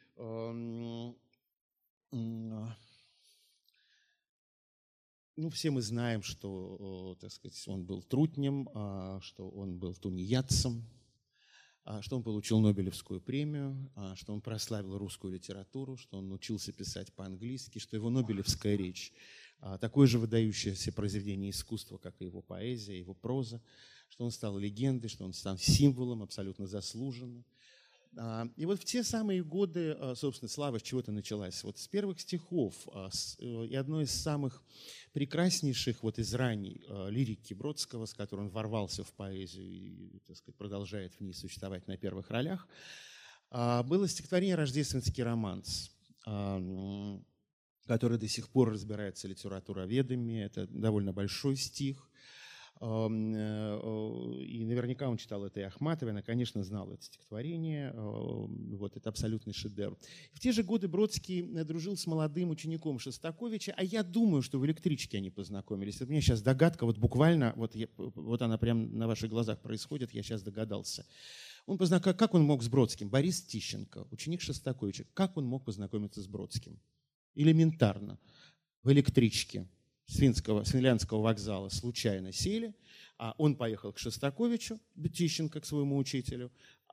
ну, все мы знаем, что, так сказать, он был трутнем, что он был тунеядцем, что он получил Нобелевскую премию, что он прославил русскую литературу, что он научился писать по-английски, что его нобелевская речь такое же выдающееся произведение искусства, как и его поэзия, его проза, что он стал легендой, что он стал символом абсолютно заслуженно. И вот в те самые годы, собственно, слава с чего-то началась. Вот с первых стихов, и одной из самых прекраснейших вот из ранней лирики Бродского, с которой он ворвался в поэзию и, так сказать, продолжает в ней существовать на первых ролях, было стихотворение «Рождественский романс», который до сих пор разбирается литературоведами. Это довольно большой стих. И наверняка он читал это и Ахматовой, она, конечно, знала это стихотворение. Вот, это абсолютный шедевр. В те же годы Бродский дружил с молодым учеником Шостаковича, а я думаю, что в электричке они познакомились. Вот у меня сейчас догадка, вот буквально, вот, я, вот она прямо на ваших глазах происходит, я сейчас догадался. Он познак... Как он мог с Бродским? Борис Тищенко, ученик Шостаковича, как он мог познакомиться с Бродским? Элементарно, в электричке. С Финского, с финляндского вокзала случайно сели, а он поехал к Шостаковичу, Тищенко к своему учителю,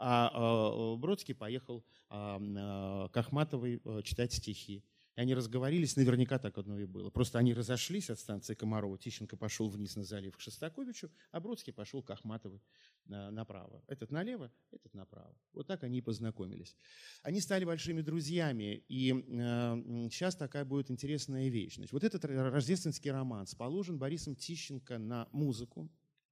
а Бродский поехал к Ахматовой читать стихи. И они разговорились, наверняка так одно и было. Просто они разошлись от станции Комарова, Тищенко пошел вниз на залив к Шостаковичу, а Бродский пошел к Ахматовой направо. Этот налево, этот направо. Вот так они и познакомились. Они стали большими друзьями, и сейчас такая будет интересная вещь. Значит, вот этот рождественский романс положен Борисом Тищенко на музыку,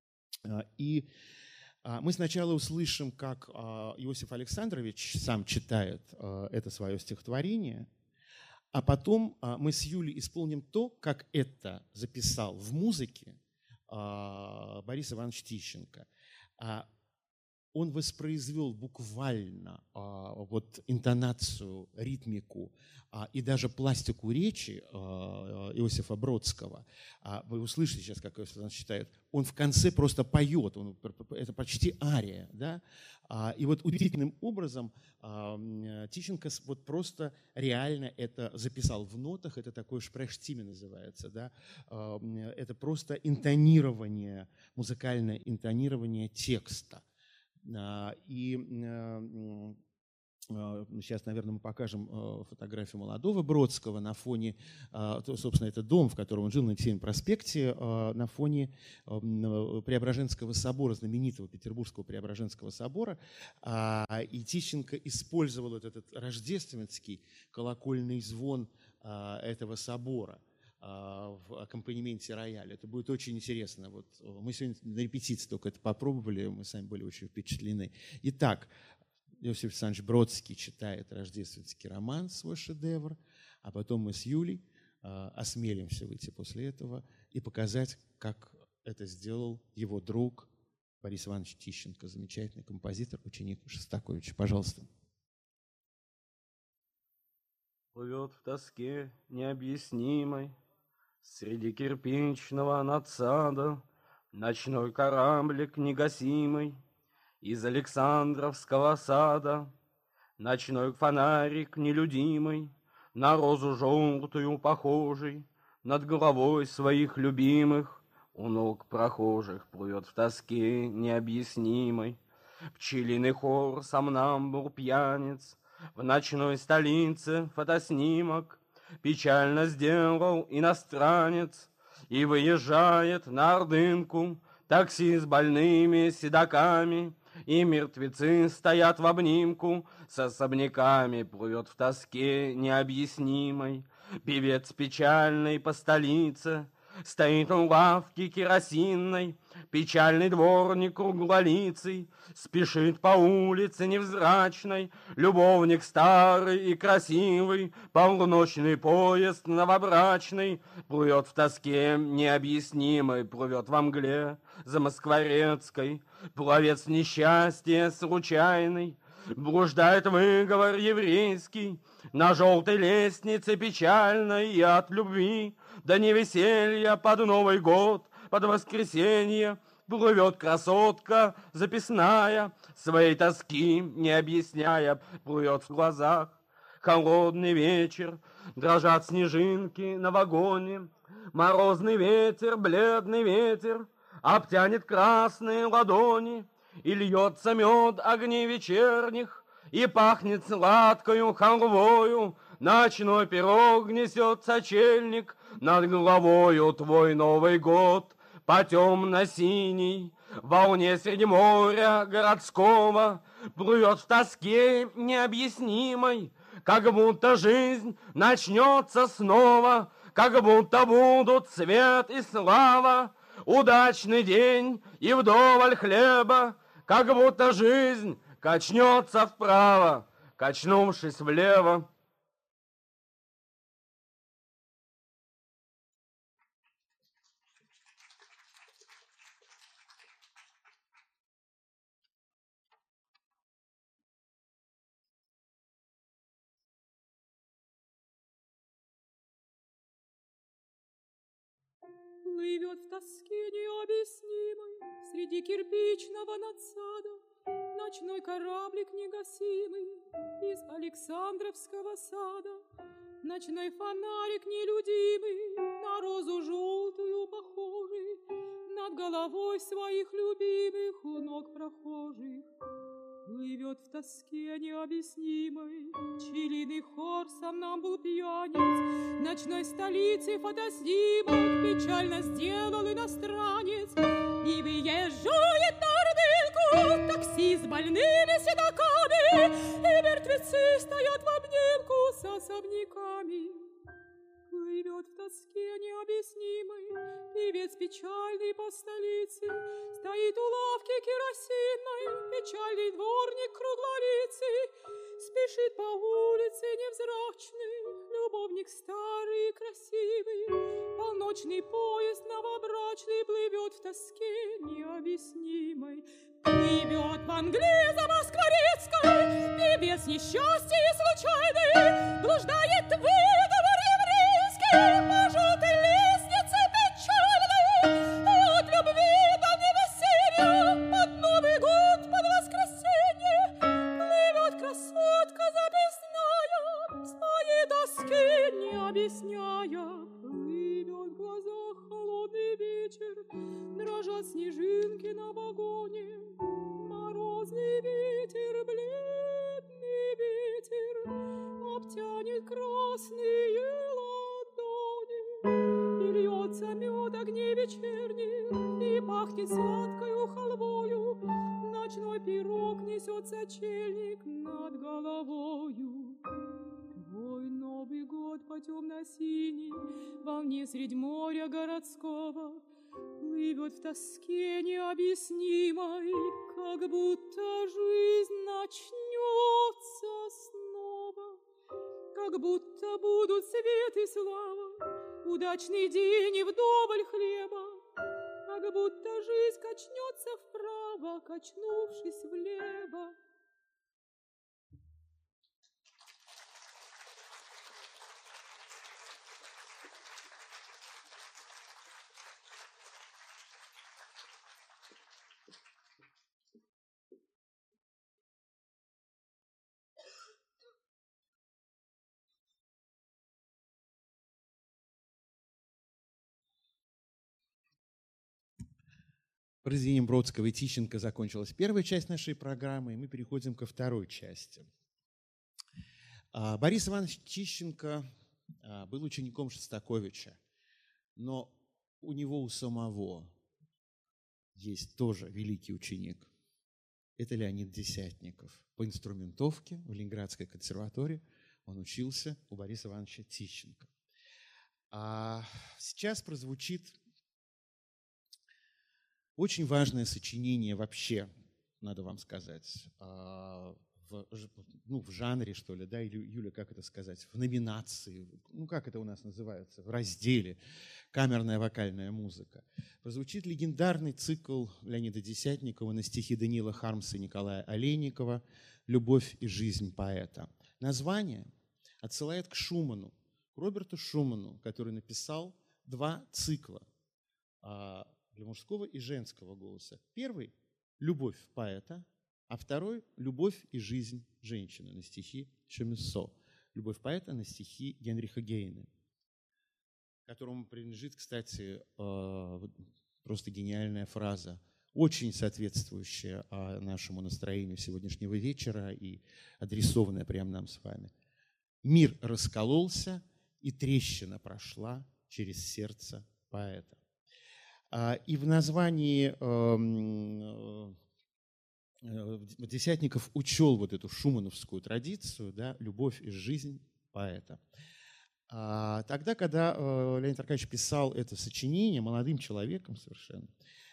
и мы сначала услышим, как Иосиф Александрович сам читает это свое стихотворение, а потом мы с Юлей исполним то, как это записал в музыке Борис Иванович Тищенко. Он воспроизвел буквально вот интонацию, ритмику и даже пластику речи Иосифа Бродского. Вы услышите сейчас, как Иосиф Иванович читает. Он в конце просто поет, он, это почти ария. Да? И вот удивительным образом Тищенко вот просто реально это записал в нотах, это такое шпрехштиме называется. Да? Это просто интонирование, музыкальное интонирование текста. И Сейчас, наверное, мы покажем фотографию молодого Бродского на фоне, собственно, это дом, в котором он жил на Екатерининском проспекте, на фоне Преображенского собора, знаменитого Петербургского Преображенского собора. И Тищенко использовал этот рождественский колокольный звон этого собора в аккомпанементе рояля. Это будет очень интересно. Вот мы сегодня на репетиции только это попробовали, мы сами были очень впечатлены. Итак, Иосиф Александрович Бродский читает рождественский роман, свой шедевр, а потом мы с Юлей э, осмелимся выйти после этого и показать, как это сделал его друг Борис Иванович Тищенко, замечательный композитор, ученик Шостаковича. Пожалуйста. Плывет в тоске необъяснимой среди кирпичного надсада ночной кораблик негасимый. Из Александровского сада ночной фонарик нелюдимый, на розу желтую похожий, над головой своих любимых у ног прохожих плывет в тоске необъяснимой. Пчелиный хор сомнамбур пьяниц в ночной столице фотоснимок печально сделал иностранец и выезжает на Ордынку такси с больными седоками. И мертвецы стоят в обнимку, с особняками плывет в тоске необъяснимой. Певец печальный по столице стоит у лавки керосинной, печальный дворник круглолицый спешит по улице невзрачной, любовник старый и красивый, полночный поезд новобрачный плывет в тоске необъяснимой, плывет во мгле за Москворецкой, пловец несчастья случайный, блуждает выговор еврейский на желтой лестнице печальной, и от любви до невеселья под Новый год, под воскресенье плывет красотка записная, своей тоски не объясняя, плывет в глазах. Холодный вечер, дрожат снежинки на вагоне, морозный ветер, бледный ветер обтянет красные ладони, и льется мед огней вечерних, и пахнет сладкою халвою, ночной пирог несет сочельник, над головою твой Новый год по темно-синей волне среди моря городского плывет в тоске необъяснимой, как будто жизнь начнется снова, как будто будут свет и слава, удачный день и вдоволь хлеба, как будто жизнь качнется вправо, качнувшись влево. Плывет в тоске необъяснимой среди кирпичного надсада ночной кораблик негасимый из Александровского сада, ночной фонарик нелюдимый, на розу желтую похожий, над головой своих любимых у ног прохожих. Плывет в тоске необъяснимой пчелиный хор сомнамбул пьяниц, ночной столице фотоснимок печально сделал иностранец, и выезжает на Ордынку такси с больными седоками, и мертвецы стоят в обнимку с особняками. Плывет в тоске необъяснимой певец печальный по столице, стоит у лавки керосинной печальный дворник круглолицый, спешит по улице невзрачный любовник старый и красивый, полночный поезд новобрачный плывет в тоске необъяснимой. Плывет в Англии за Москворецкой певец несчастья и случайный, блуждает выговор еврейский по желтой лестнице печальной, и от любви до невеселья под Новый год, под воскресенье плывет красотка записная, своей тоски не объясняя. Плывет в глазах холодный вечер, дрожат снежинки на вагоне, морозный ветер, бледный ветер несет сочельник над головою. Твой Новый год по темно-синей волне средь моря городского плывет в тоске необъяснимой, как будто жизнь начнется снова, как будто будут свет и слава, удачный день и вдоволь хлеба, как будто жизнь качнется вправо, качнувшись влево. Произведением Бродского и Тищенко закончилась первая часть нашей программы, и мы переходим ко второй части. Борис Иванович Тищенко был учеником Шостаковича, но у него у самого есть тоже великий ученик. Это Леонид Десятников. По инструментовке в Ленинградской консерватории он учился у Бориса Ивановича Тищенко. А сейчас прозвучит очень важное сочинение вообще, надо вам сказать, в, ну, в жанре, что ли, да, Юля, как это сказать, в номинации, ну, как это у нас называется, в разделе «Камерная вокальная музыка». Прозвучит легендарный цикл Леонида Десятникова на стихи Даниила Хармса и Николая Олейникова «Любовь и жизнь поэта». Название отсылает к Шуману, к Роберту Шуману, который написал два цикла для мужского и женского голоса. Первый – «Любовь поэта», а второй – «Любовь и жизнь женщины» на стихи Шемиссо. «Любовь поэта» на стихи Генриха Гейне, которому принадлежит, кстати, просто гениальная фраза, очень соответствующая нашему настроению сегодняшнего вечера и адресованная прямо нам с вами. «Мир раскололся, и трещина прошла через сердце поэта». И в названии Десятников учел вот эту шумановскую традицию, да, «Любовь и жизнь поэта». Тогда, когда Леонид Аркадьевич писал это сочинение молодым человеком совершенно,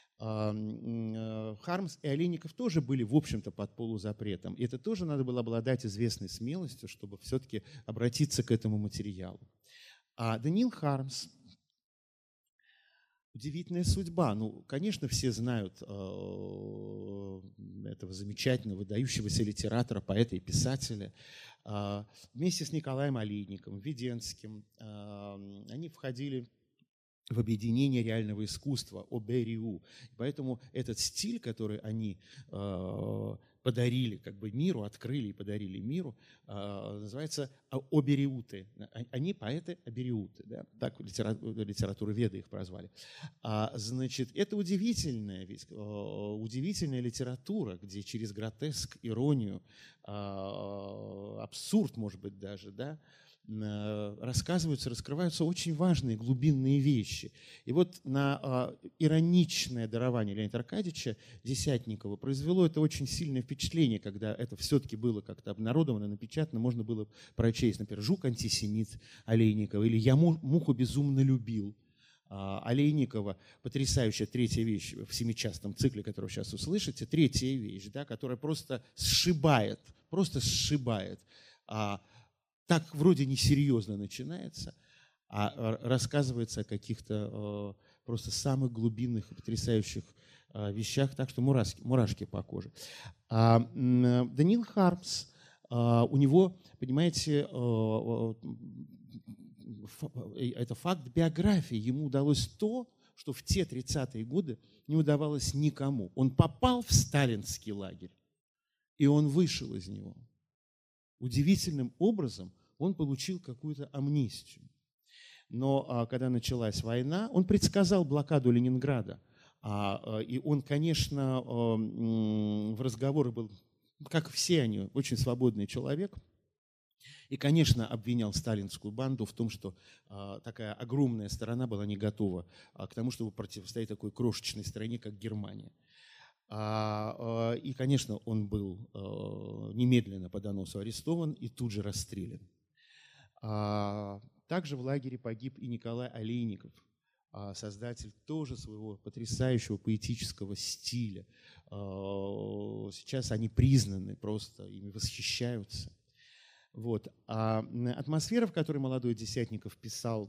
Хармс и Олейников тоже были, в общем-то, под полузапретом. И это тоже надо было обладать известной смелостью, чтобы все-таки обратиться к этому материалу. А Даниил Хармс — удивительная судьба. Ну, конечно, все знают э, этого замечательного, выдающегося литератора, поэта и писателя. Э, вместе с Николаем Олейниковым, Веденским э, они входили в объединение реального искусства, ОБРИУ. Поэтому этот стиль, который они э, подарили как бы миру, открыли и подарили миру, э, называется обериуты. Они поэты-обериуты, да? Так литературоведы их прозвали. А, значит, это удивительная, ведь, э, удивительная литература, где через гротеск, иронию, э, абсурд, может быть, даже, да, рассказываются, раскрываются очень важные глубинные вещи. И вот на а, ироничное дарование Леонида Аркадьевича Десятникова произвело это очень сильное впечатление, когда это все-таки было как-то обнародовано, напечатано, можно было прочесть, например, «Жук антисемит» Олейникова или «Я муху безумно любил» Олейникова. Потрясающая третья вещь в семичастном цикле, который вы сейчас услышите, третья вещь, да, которая просто сшибает, просто сшибает. Так вроде несерьезно начинается, а рассказывается о каких-то э, просто самых глубинных и потрясающих э, вещах, так что мурашки, мурашки по коже. А, э, Даниил Хармс, э, у него, понимаете, э, э, это факт биографии. Ему удалось то, что в те тридцатые годы не удавалось никому. Он попал в сталинский лагерь, и он вышел из него. Удивительным образом он получил какую-то амнистию. Но а, когда началась война, он предсказал блокаду Ленинграда. А, а, и он, конечно, а, в разговоры был, как все они, очень свободный человек. И, конечно, обвинял сталинскую банду в том, что а, такая огромная страна была не готова а, к тому, чтобы противостоять такой крошечной стране, как Германия. И, конечно, он был немедленно по доносу арестован и тут же расстрелян. Также в лагере погиб и Николай Олейников, создатель тоже своего потрясающего поэтического стиля. Сейчас они признаны, просто ими восхищаются. Вот. А атмосфера, в которой молодой Десятников писал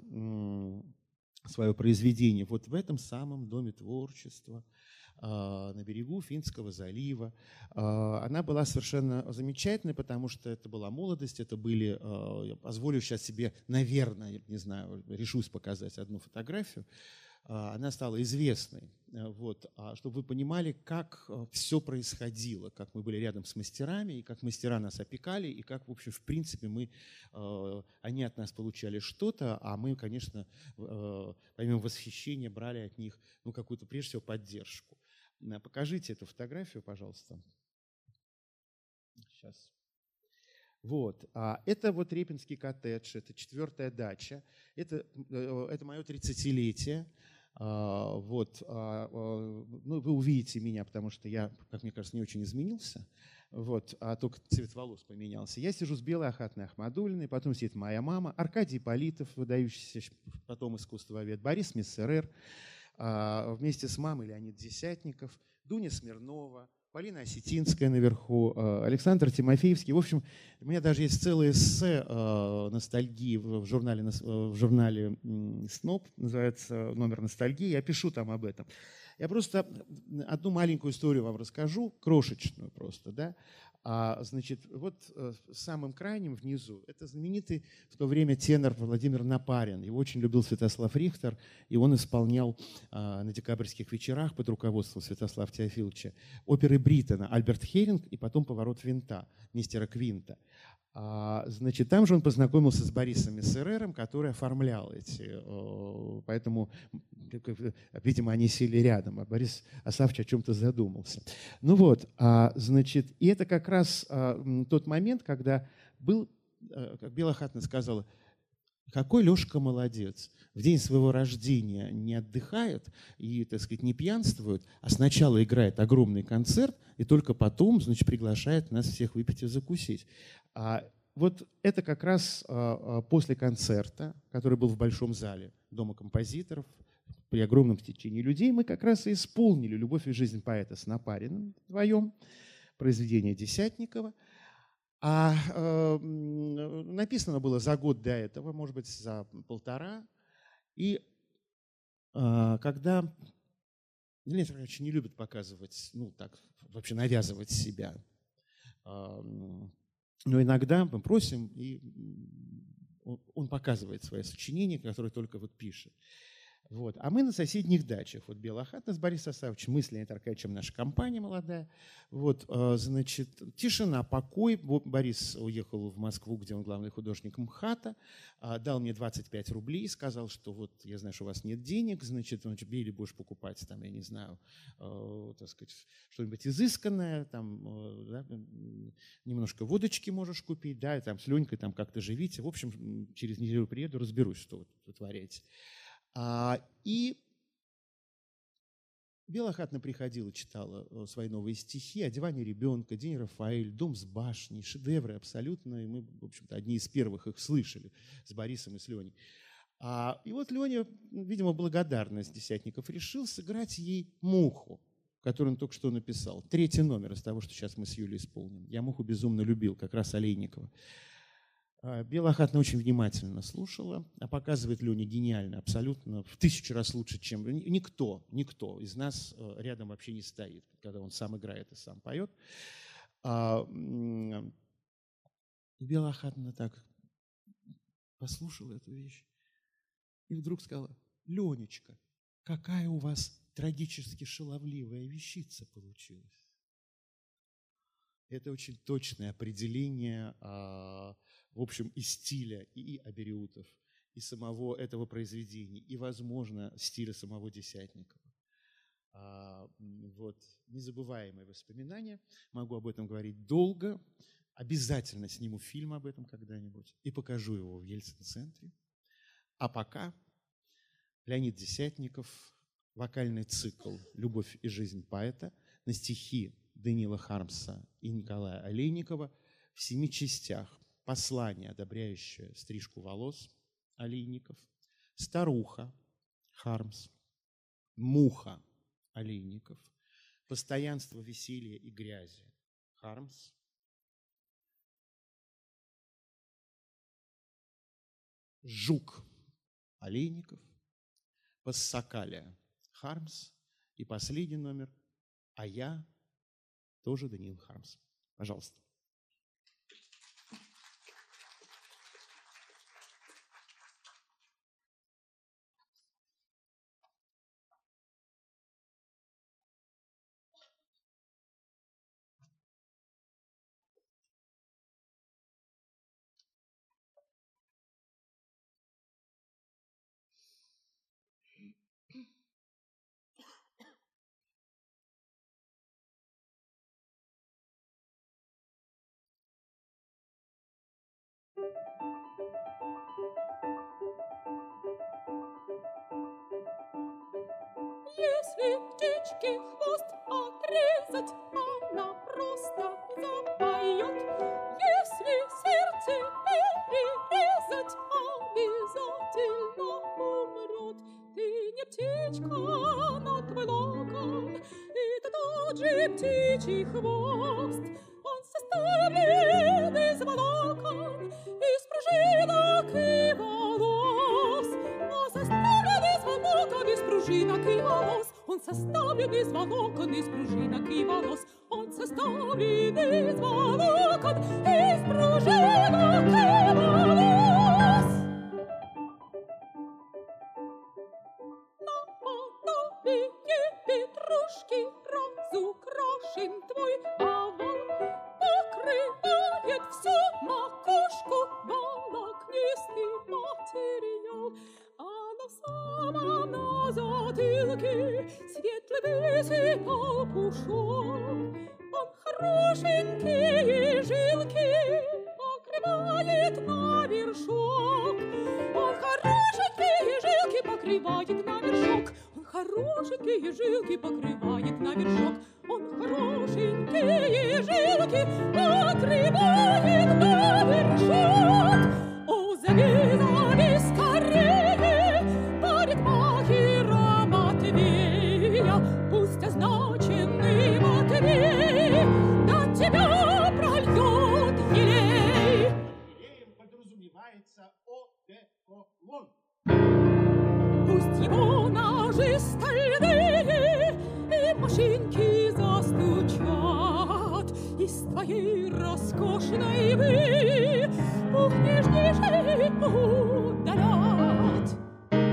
свое произведение, вот в этом самом доме творчества, на берегу Финского залива. Она была совершенно замечательной, потому что это была молодость, это были, я позволю сейчас себе, наверное, не знаю, решусь показать одну фотографию, она стала известной. Вот. Чтобы вы понимали, как все происходило, как мы были рядом с мастерами, и как мастера нас опекали, и как, в общем, в принципе, мы, они от нас получали что-то, а мы, конечно, помимо восхищения брали от них ну, какую-то, прежде всего, поддержку. Покажите эту фотографию, пожалуйста. Сейчас. Вот. Это вот Репинский коттедж, это четвертая дача. Это, это мое тридцатилетие. Вот. Ну, вы увидите меня, потому что я, как мне кажется, не очень изменился. Вот, а только цвет волос поменялся. Я сижу с Белой Ахатной Ахмадуллиной, потом сидит моя мама, Аркадий Политов, выдающийся потом искусствовед, Борис Мессерер, вместе с мамой Леонид Десятников, Дуня Смирнова, Полина Осетинская наверху, Александр Тимофеевский. В общем, у меня даже есть целое эссе ностальгии в журнале, в журнале «Сноб», называется номер «Ностальгии». Я пишу там об этом. Я просто одну маленькую историю вам расскажу, крошечную просто, да. А, значит, вот самым крайним внизу это знаменитый в то время тенор Владимир Напарин. Его очень любил Святослав Рихтер, и он исполнял а, на декабрьских вечерах под руководством Святослава Теофиловича оперы Бриттона «Альберт Херинг» и потом «Поворот винта» мистера Квинта. А, значит, там же он познакомился с Борисом Мессерером, который оформлял эти, поэтому, видимо, они сели рядом, а Борис Асафович о чем-то задумался. Ну вот, а, значит, и это как раз а, тот момент, когда был, как Белла Ахатна сказала, какой Лешка молодец. В день своего рождения не отдыхает и, так сказать, не пьянствует, а сначала играет огромный концерт и только потом, значит, приглашает нас всех выпить и закусить. А вот это как раз после концерта, который был в Большом зале Дома композиторов, при огромном стечении людей, мы как раз и исполнили «Любовь и жизнь поэта» с Напариным вдвоем, произведение Десятникова. А э, написано было за год до этого, может быть, за полтора. И э, когда Леонид Ильич не любит показывать, ну так, вообще навязывать себя, э, но иногда мы просим, и он, он показывает свои сочинения, которые только вот пишет. Вот. А мы на соседних дачах. Вот Белла Ахатна с Борисом Асафовичем, мы с Леонидом Аркадьевичем, наша компания молодая. Вот, значит, тишина, покой. Борис уехал в Москву, где он главный художник МХАТа, дал мне двадцать пять рублей, сказал, что вот я знаю, что у вас нет денег, значит, значит или будешь покупать, там, я не знаю, так сказать, что-нибудь изысканное, там, да, немножко водочки можешь купить, да, и там с Ленькой там как-то живите. В общем, через неделю приеду, разберусь, что вы вытворяете. А, и Белла Ахатна приходила, читала свои новые стихи, «Одевание ребенка», «День Рафаэль», «Дом с башней», шедевры абсолютно, и мы, в общем-то, одни из первых их слышали с Борисом и с Леней. А, и вот Леня, видимо, благодарность Десятников, решил сыграть ей «Муху», которую он только что написал. Третий номер из того, что сейчас мы с Юлей исполним. Я «Муху» безумно любил, как раз Олейникова. Белла Ахатна очень внимательно слушала, а показывает Леня гениально, абсолютно, в тысячу раз лучше, чем никто, никто из нас рядом вообще не стоит, когда он сам играет и сам поет. И Белла Ахатна так послушала эту вещь и вдруг сказала: «Ленечка, какая у вас трагически шаловливая вещица получилась». Это очень точное определение, в общем, и стиля, и абериутов, и самого этого произведения, и, возможно, стиля самого Десятникова. Вот. Незабываемые воспоминания. Могу об этом говорить долго. Обязательно сниму фильм об этом когда-нибудь и покажу его в Ельцин-центре. А пока Леонид Десятников, вокальный цикл «Любовь и жизнь поэта» на стихи Даниила Хармса и Николая Олейникова в семи частях. Послание, одобряющее стрижку волос, Олейников. Старуха, Хармс. Муха, Олейников. Постоянство веселья и грязи, Хармс. Жук, Олейников. Пассакалия, Хармс. И последний номер «А я» тоже Даниил Хармс. Пожалуйста. Если птичке хвост отрезать, она просто запоет. Если сердце перерезать, обязательно умрет. Ты не птичка, но твой локон, это тот же птичий хвост. Он составлен из волокон, из пружинок и волос. Он составлен из волокон, из пружинок и волос. Он составлен из волокон, из пружинок и волос. Он составлен из волокон, из пружинок и волос. На новенькие петрушки разукрашен твой овал. Покрывает всю макушку волокнистый материал. А на самом на затылке светлый высыпал пушок. Он хорошенькие жилки покрывает на вершок. Он хорошенькие жилки покрывает на вершок. Он хорошенькие жилки покрывает на вершок. Он хорошенькие жилки покрывает на вершок. О, зови, зови скорее парикмахера Матвея. Пусть означенный Матвей на тебя прольет елей. Елеем подразумевается одеколон. Пусть его ножи стальные и машинки застучат из твоей роскошной вы, ух, нежнейшей удалят.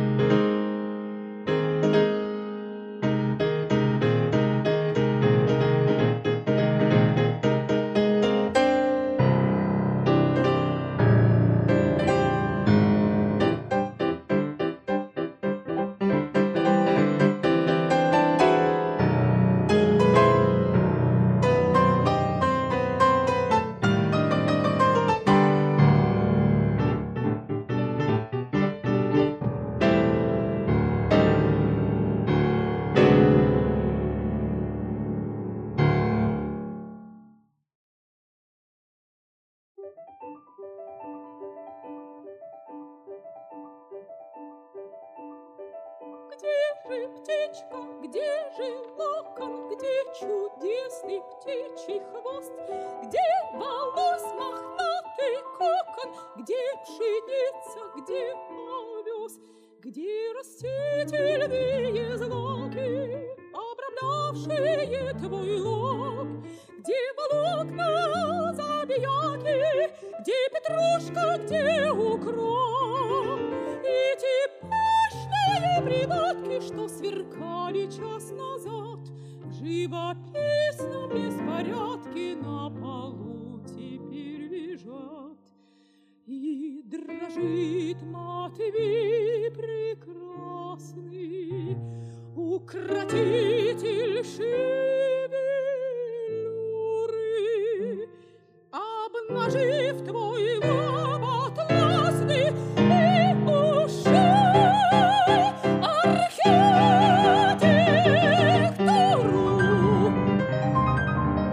Где же птичка, где же локон, где чудесный птичий хвост, где волос мохнатый кокон, где пшеница, где овес, где растительные злаки, обрамлявшие твой лоб, где волокна забияки, где петрушка, где укроп, и те пышные придатки, что сверкали час назад в живописном беспорядке на полу теперь лежат. И дрожит Матвей прекрасный, укротитель шевелюры, обнажив твой лоб атласный и уши архитектуру.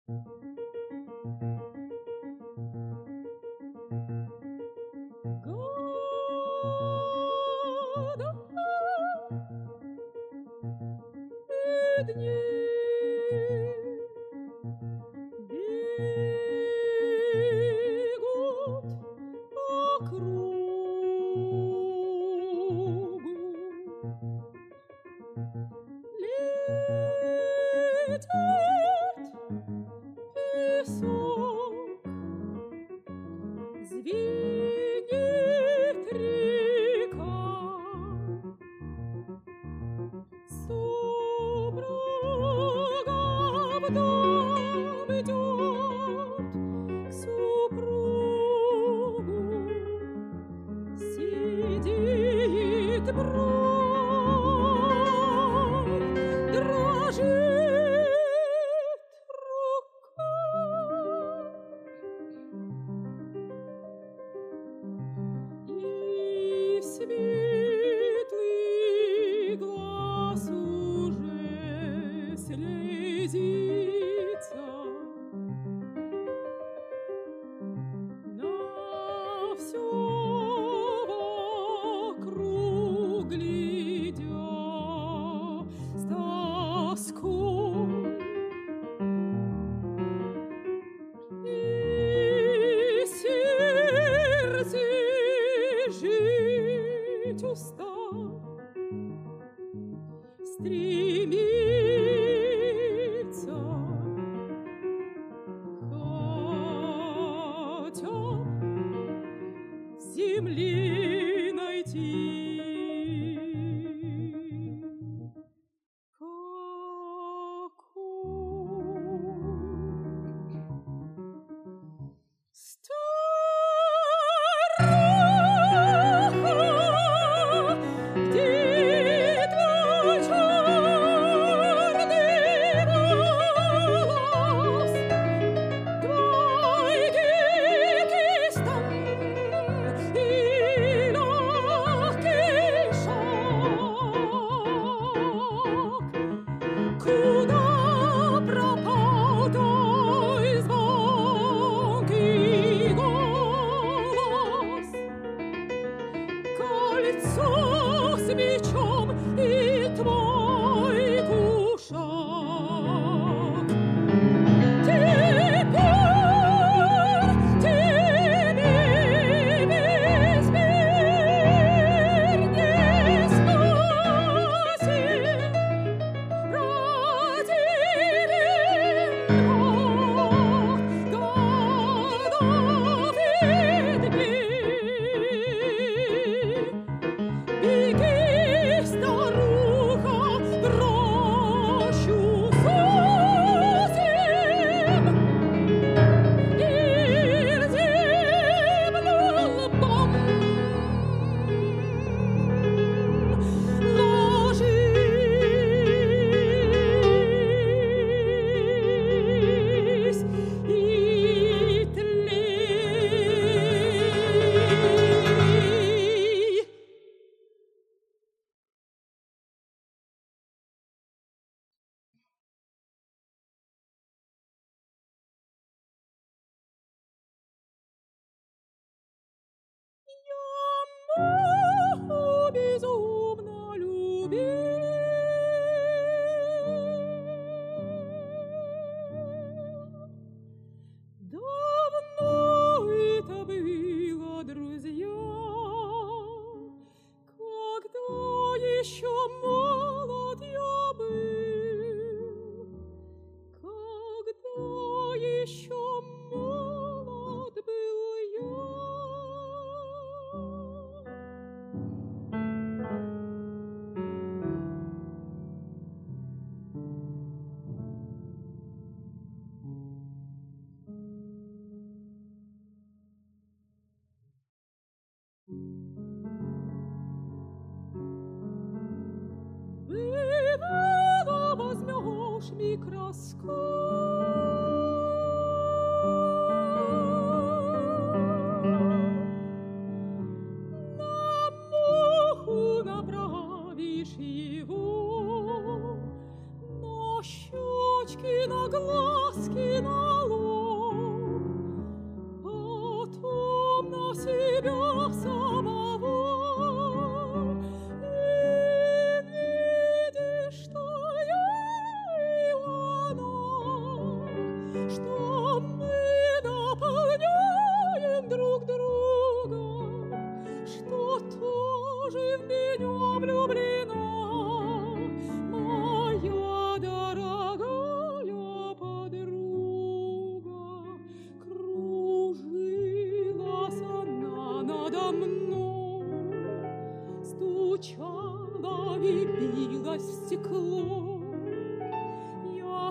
На щечки, на глазки, на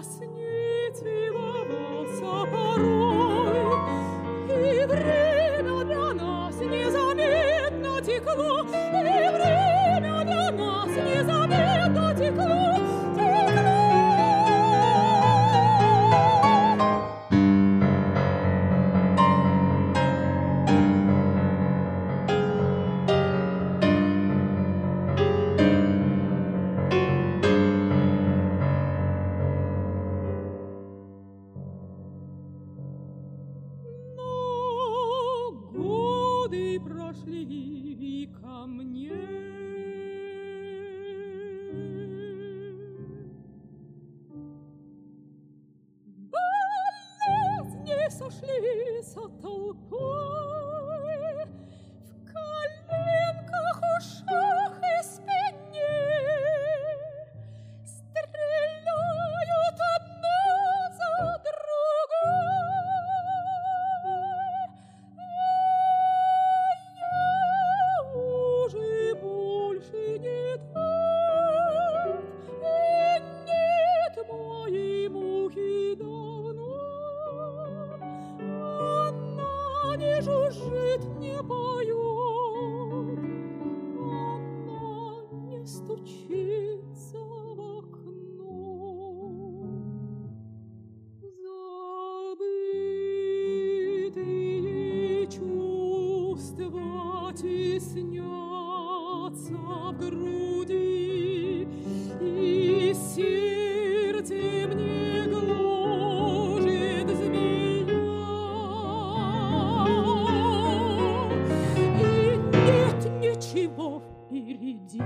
нас не целовался порой, и время для нас незаметно текло, и время для нас незаметно текло, текло. Прошли ко мне. Болезни сошлись от толпой, в коленках, ушах и спине стреляют одна за другой. Жужжит, не поет, она не стучится в окно. Забытые чувства теснятся в груди, и сердце мне гложет змея. Ничего впереди.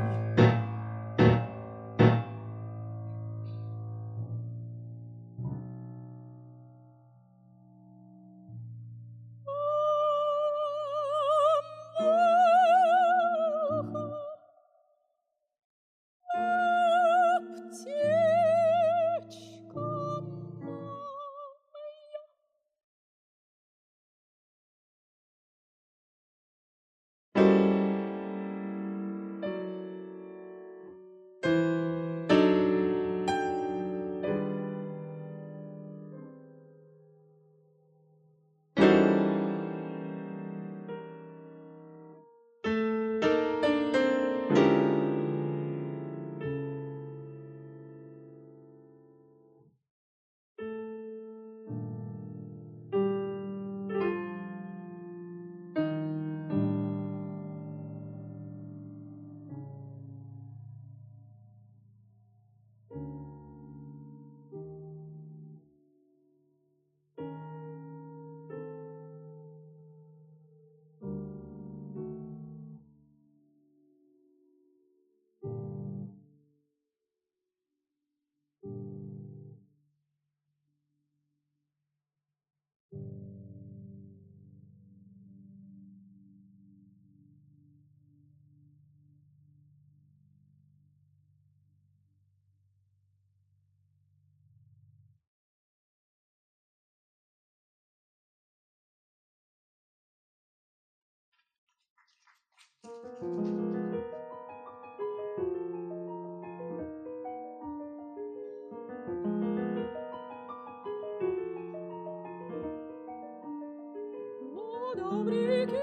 Вода в реке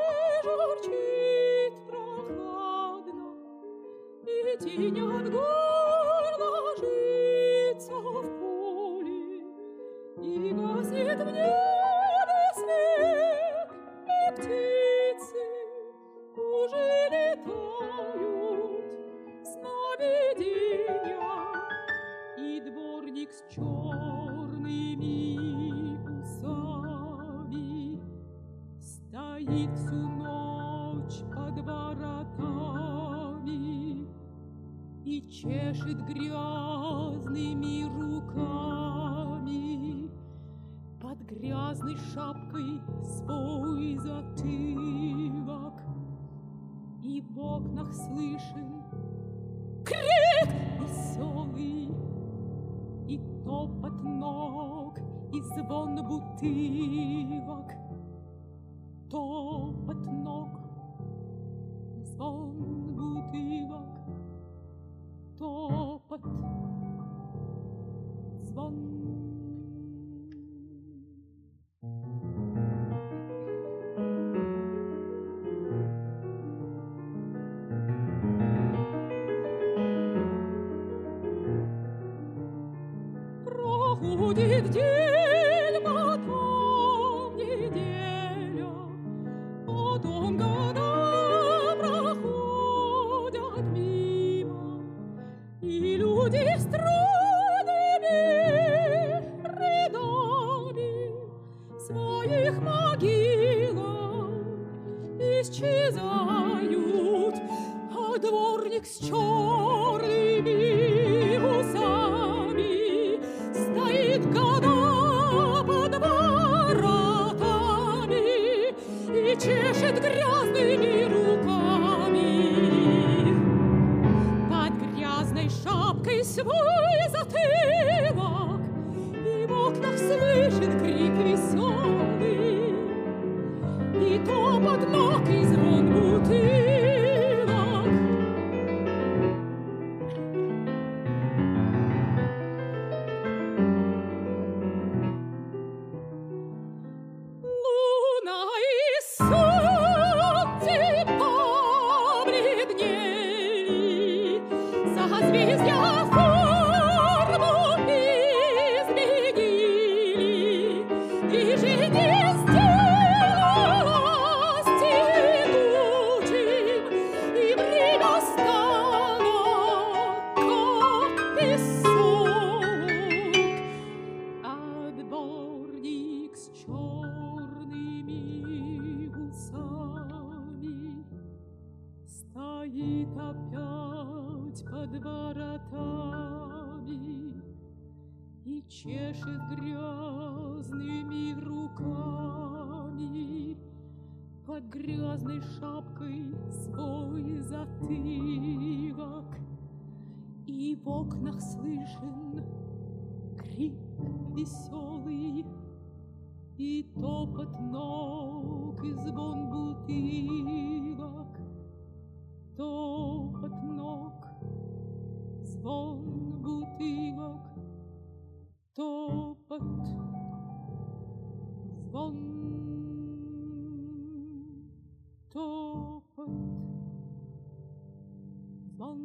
журчит прохладно, и тень от гор ложится в поле, и гаснет в небе свет, и птицы уже летают сновидения, и дворник с черными усами стоит всю ночь под воротами и чешет грязными руками под грязной шапкой свой затылок. И в окнах слышен крик веселый, и топот ног, и звон бутылок. Топот ног, звон бутылок, топот, звон. Проходит день, потом неделя, потом года проходят мимо, и люди стройными рядами в своих могилах исчезают, а дворник с черными усами стоит года под воротами и чешет грязными руками. Под грязной шапкой свой затылок, и в окнах слышит крик веселый, и топот ног, и звон бутылок. Чешет грязными руками под грязной шапкой свой затылок, и в окнах слышен крик веселый, и топот ног, и звон бутылок, топот ног, звон бутылок. Топот, звон, топот, звон.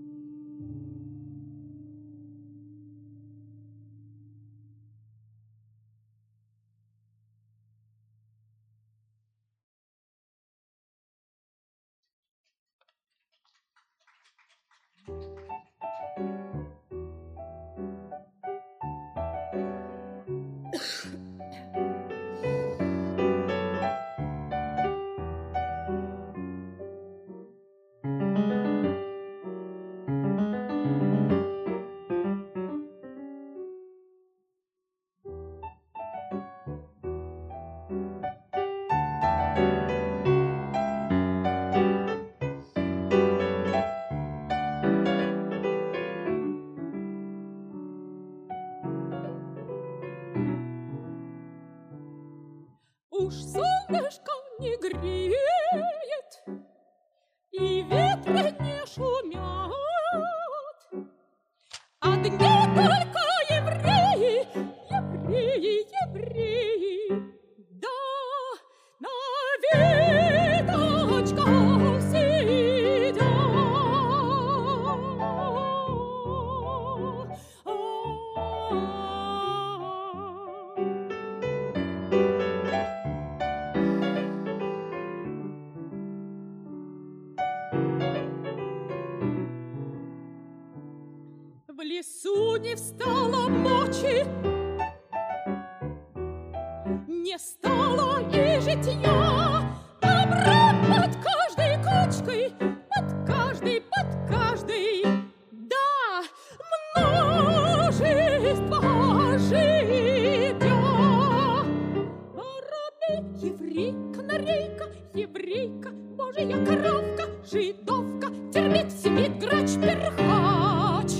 Уж солнышко не греет, и ветры не шумят, одни только евреи, евреи, евреи, да на веточках сидят. В лесу не встала мочи, не стало и житья. Добра под каждой кочкой, под каждой, под каждой, да, множество житья. Воробей, еврейка, нарейка, еврейка, божья коровка, жидовка, термит, семит, грач, перхач.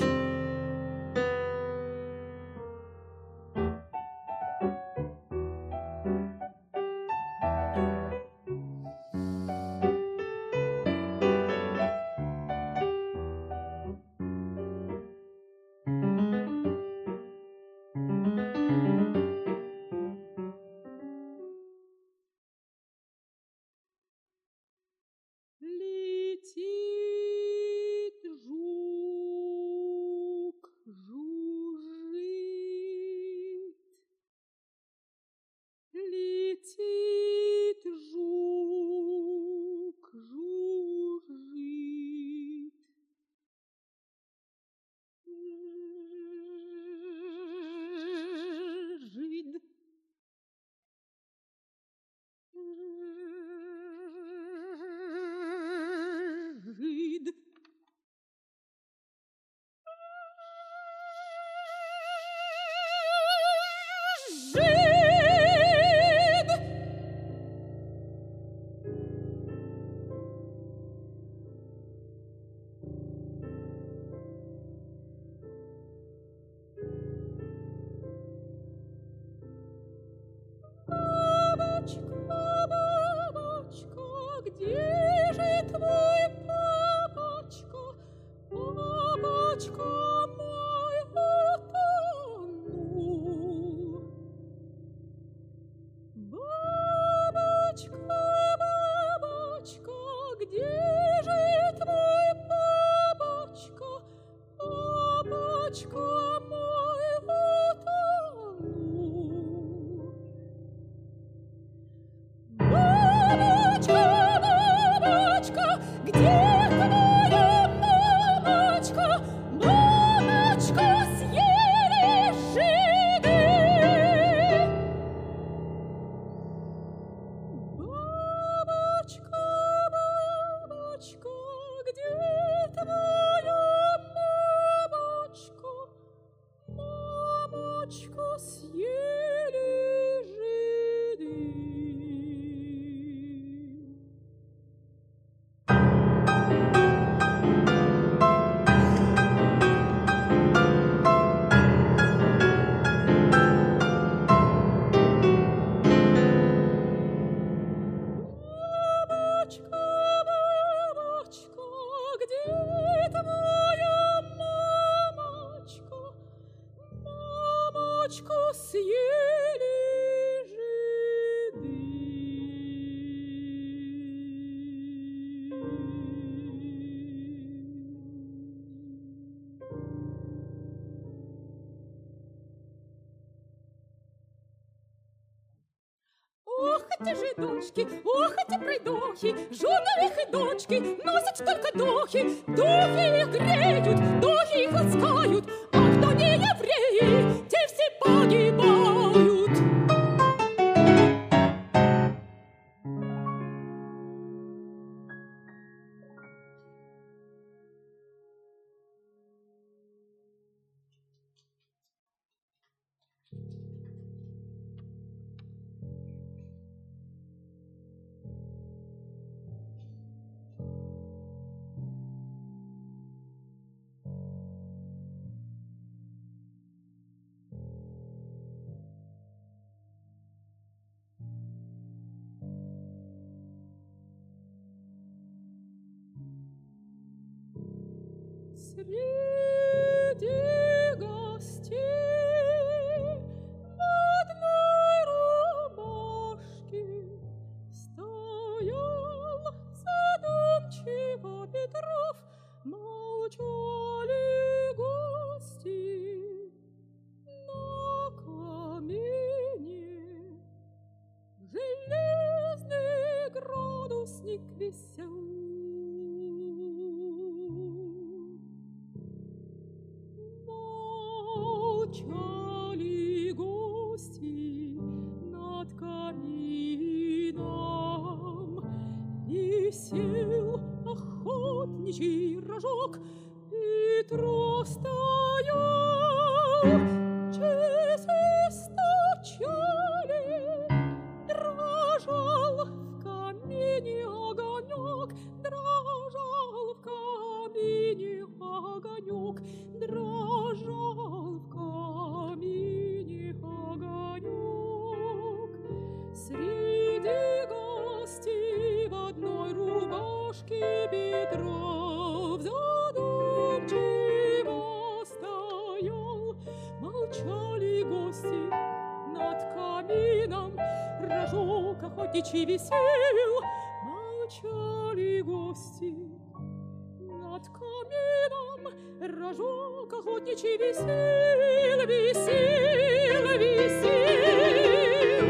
дочку съели жиды. Ох, эти же дочки, ох, эти пройдохи, жены их и дочки носят только духи. Духи их греют, духи их ласкают, а кто не евреи, те все погибают. Среди гостей в одной рубашке стоял задумчиво Петров. Молчали гости на камине. Железный градусник висел. Молчали гости над камином. Висел охотничий рожок. Петров стоял, часы стучали. Дрожал в камине огонек, дрожал в камине огонек, дрожал в камине огонек. Среди гостей в одной рубашке Петров задумчиво стоял. Молчали гости над камином, рожок охотничий висел. Молчали гости над камином, рожок охотничий висел, висел, висел.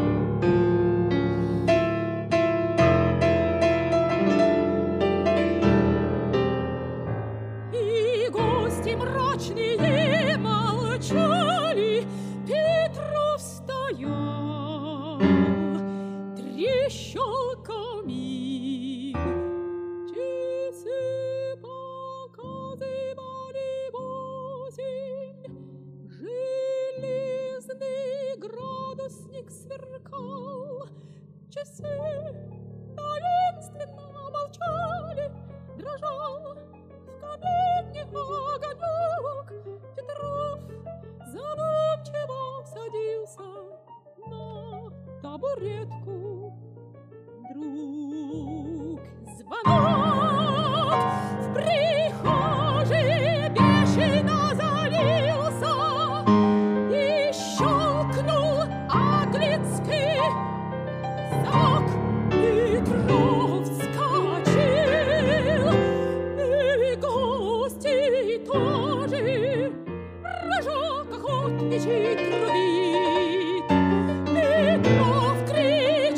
И гости мрачные молчали. Петров стоял, трещал камин. Часы показывали восемь. Железный градусник сверкал. Часы таинственно молчали. Дрожал в камине огонек. Петров задумчиво садился на табуретку. Вдруг звонок в прихожей бешено залился и щелкнул английский замок. Петров вскочил, и гости тоже. Рожок охотничий трубит. Петров кричит: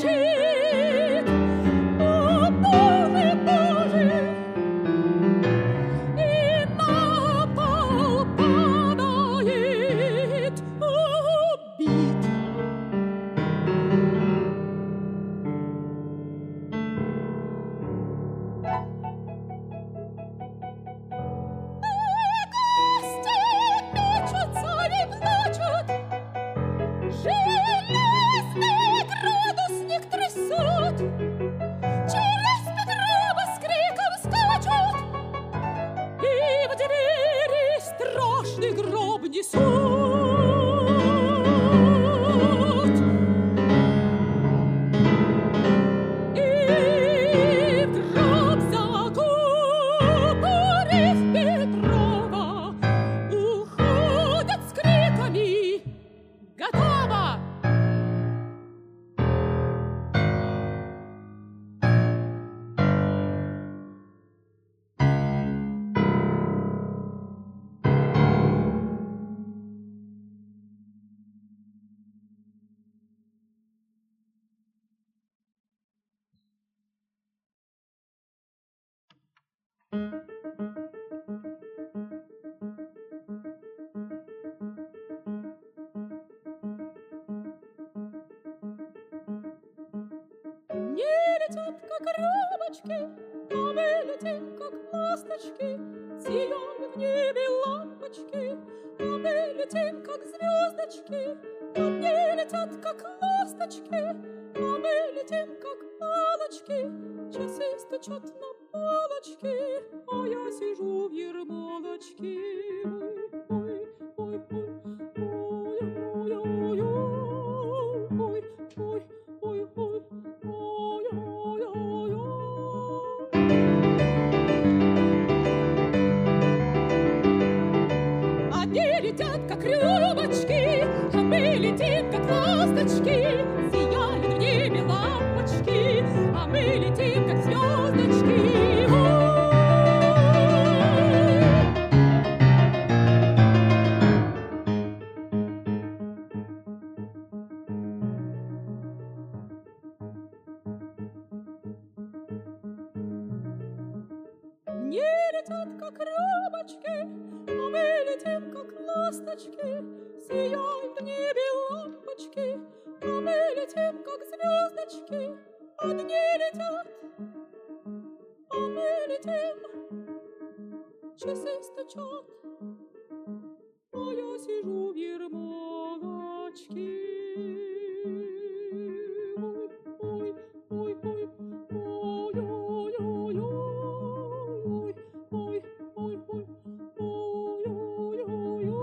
Не летят, как рабочки, а мы летим, как ласточки, сияют в небе лампочки, а мы летим, как звездочки, одни летят, как ласточки, а мы летим, как палочки, часы стучат на палочки, а я сижу в ермолочке. Ой, ой, ой, ой, ой, ой, ой, ой, ой, ой, ой. Одни летят, как рюмочки, а мы летим, как ласточки, сияют в небе лампочки, а мы летим, как звездочки. Не летят, как рабочки, а мы летим, как ласточки, сияют в небе лампочки, а мы летим, как звездочки, одни летят, а мы летим, часы стучат, а я сижу в ермолочке. Ой, ой, ой, ой, ой, ой, ой, ой. Ой, ой, ой, ой, ой, ой, ой.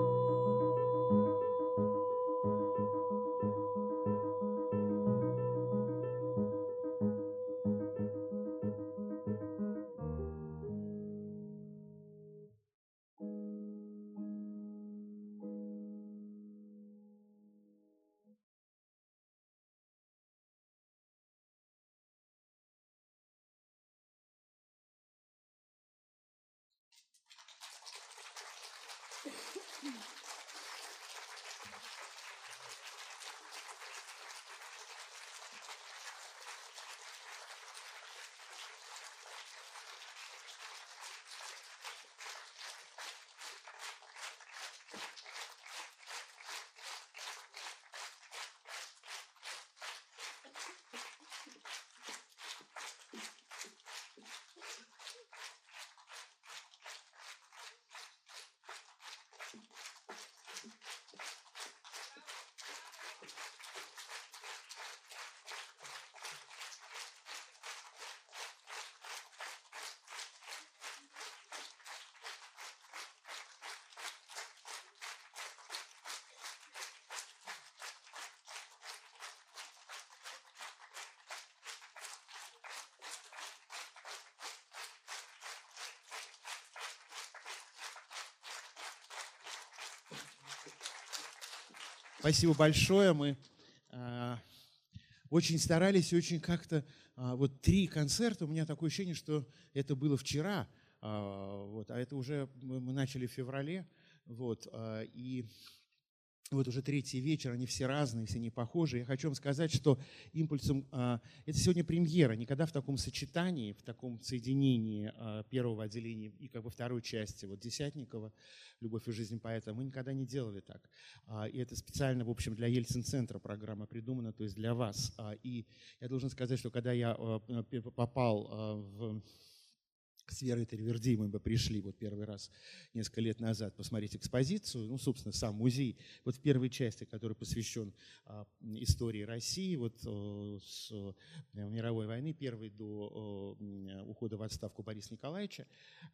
Спасибо большое. Мы э, очень старались, и очень как-то... Э, вот три концерта, у меня такое ощущение, что это было вчера, э, вот, а это уже мы, мы начали в феврале. Вот, э, и вот уже третий вечер, они все разные, все не похожие. Я хочу вам сказать, что импульсом... Э, это сегодня премьера. Никогда в таком сочетании, в таком соединении э, первого отделения и как бы второй части, вот Десятникова, «Любовь и жизнь поэта», мы никогда не делали так. И это специально, в общем, для Ельцин-центра программа придумана, то есть для вас. И я должен сказать, что когда я попал в... с Верой Тервердией мы бы пришли вот первый раз несколько лет назад посмотреть экспозицию, ну, собственно, сам музей, вот в первой части, который посвящен а, истории России, вот а, с а, мировой войны первой до а, ухода в отставку Бориса Николаевича,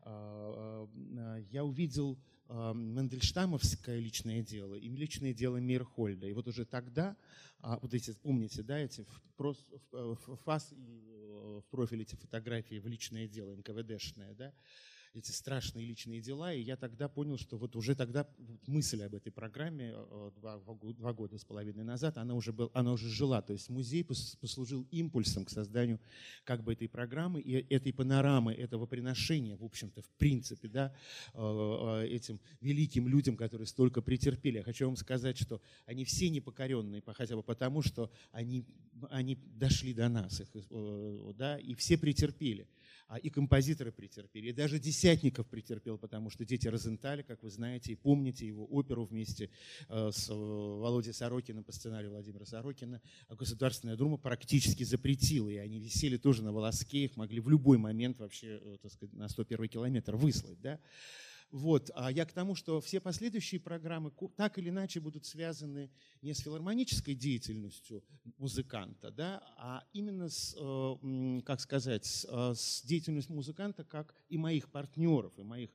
а, а, я увидел а, Мандельштамовское личное дело и личное дело Мейерхольда. И вот уже тогда, а, вот эти, помните, да, эти в, в, в, фас, в профиле эти фотографии в личное дело эн ка вэ дэшное, да, эти страшные личные дела. И я тогда понял, что вот уже тогда мысль об этой программе два, два года с половиной назад, она уже, был, она уже жила. То есть музей послужил импульсом к созданию как бы этой программы и этой панорамы, этого приношения, в общем-то, в принципе, да, этим великим людям, которые столько претерпели. Я хочу вам сказать, что они все непокоренные, хотя бы потому, что они, они дошли до нас, их, да, и все претерпели. И композиторы претерпели, и даже Десятников претерпел, потому что дети Розенталя, как вы знаете и помните, его оперу вместе с Володей Сорокиным по сценарию Владимира Сорокина Государственная Дума практически запретила, и они висели тоже на волоске, их могли в любой момент вообще, так сказать, на сто первый километр выслать, да? Вот. А я к тому, что все последующие программы так или иначе будут связаны не с филармонической деятельностью музыканта, да, а именно с, как сказать, с деятельностью музыканта, как и моих партнеров, и моих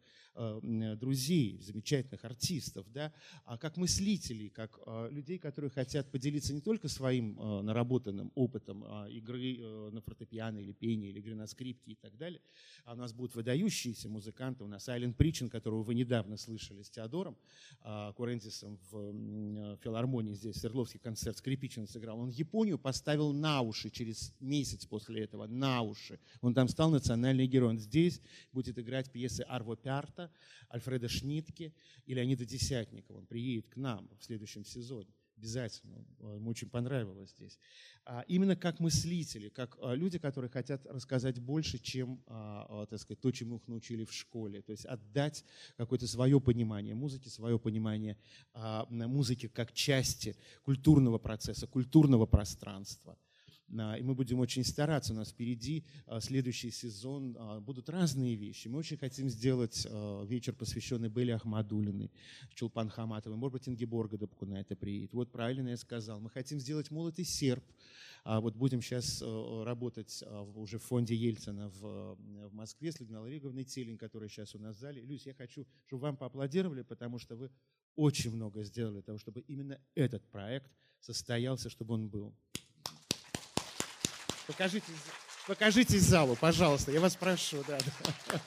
друзей, замечательных артистов, да, а как мыслителей, как людей, которые хотят поделиться не только своим наработанным опытом игры на фортепиано или пения, или игры на скрипке и так далее, а у нас будут выдающиеся музыканты, у нас Айлен Причин, которого вы недавно слышали с Теодором Курентисом в филармонии здесь, Свердловский концерт, скрипичин сыграл, он Японию поставил на уши через месяц после этого, на уши. Он там стал национальный герой. Он здесь будет играть пьесы Арво Пярта, Альфреда Шнитке и Леонида Десятникова. Он приедет к нам в следующем сезоне. Обязательно. Ему очень понравилось здесь. Именно как мыслители, как люди, которые хотят рассказать больше, чем, так сказать, то, чему их научили в школе. То есть отдать какое-то свое понимание музыки, свое понимание музыки как части культурного процесса, культурного пространства. И мы будем очень стараться. У нас впереди следующий сезон. Будут разные вещи. Мы очень хотим сделать вечер, посвященный Белле Ахмадуллиной, Чулпан Хаматовой. Может быть, Ингеборга Дапкуна это приедет. Вот правильно я сказал. Мы хотим сделать «Молот и серп». Вот будем сейчас работать уже в фонде Ельцина в Москве с Людмилой Олеговной Телень, которая сейчас у нас в зале. Люсь, я хочу, чтобы вам поаплодировали, потому что вы очень много сделали для того, чтобы именно этот проект состоялся, чтобы он был. Покажите, покажитесь залу, пожалуйста, я вас прошу. Да, да.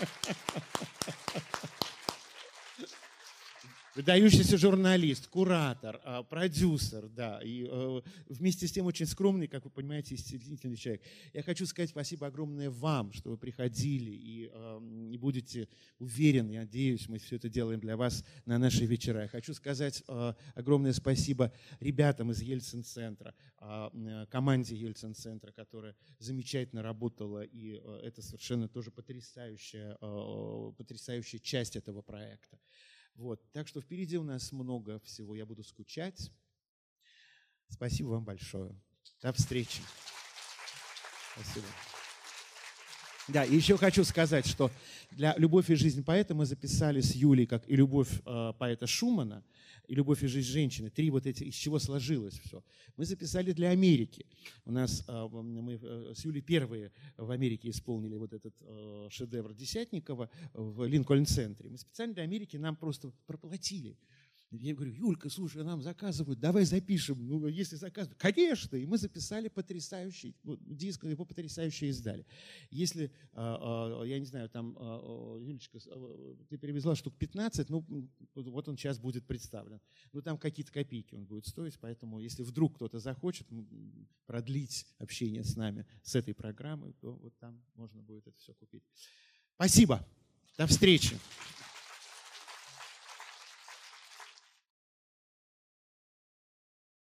Выдающийся журналист, куратор, продюсер, да, и вместе с тем очень скромный, как вы понимаете, исцелительный человек. Я хочу сказать спасибо огромное вам, что вы приходили и, и будете уверены, я надеюсь, мы все это делаем для вас на наши вечера. Я хочу сказать огромное спасибо ребятам из Ельцин-центра, команде Ельцин-центра, которая замечательно работала, и это совершенно тоже потрясающая, потрясающая часть этого проекта. Вот. Так что впереди у нас много всего. Я буду скучать. Спасибо вам большое. До встречи. Спасибо. Да, и еще хочу сказать, что для «Любовь и жизнь поэта» мы записали с Юлей, как и «Любовь э, поэта Шумана», и «Любовь и жизнь женщины». Три вот эти, из чего сложилось все. Мы записали для Америки. У нас э, мы э, с Юлей первые в Америке исполнили вот этот э, шедевр Десятникова в Линкольн-центре. Мы специально для Америки нам просто проплатили. Я говорю: Юлька, слушай, нам заказывают, давай запишем. Ну, если заказывают, конечно. И мы записали потрясающий диск, его потрясающе издали. Если, я не знаю, там, Юлечка, ты перевезла штук пятнадцать, ну, вот он сейчас будет представлен. Ну, там какие-то копейки он будет стоить, поэтому если вдруг кто-то захочет продлить общение с нами с этой программой, то вот там можно будет это все купить. Спасибо. До встречи.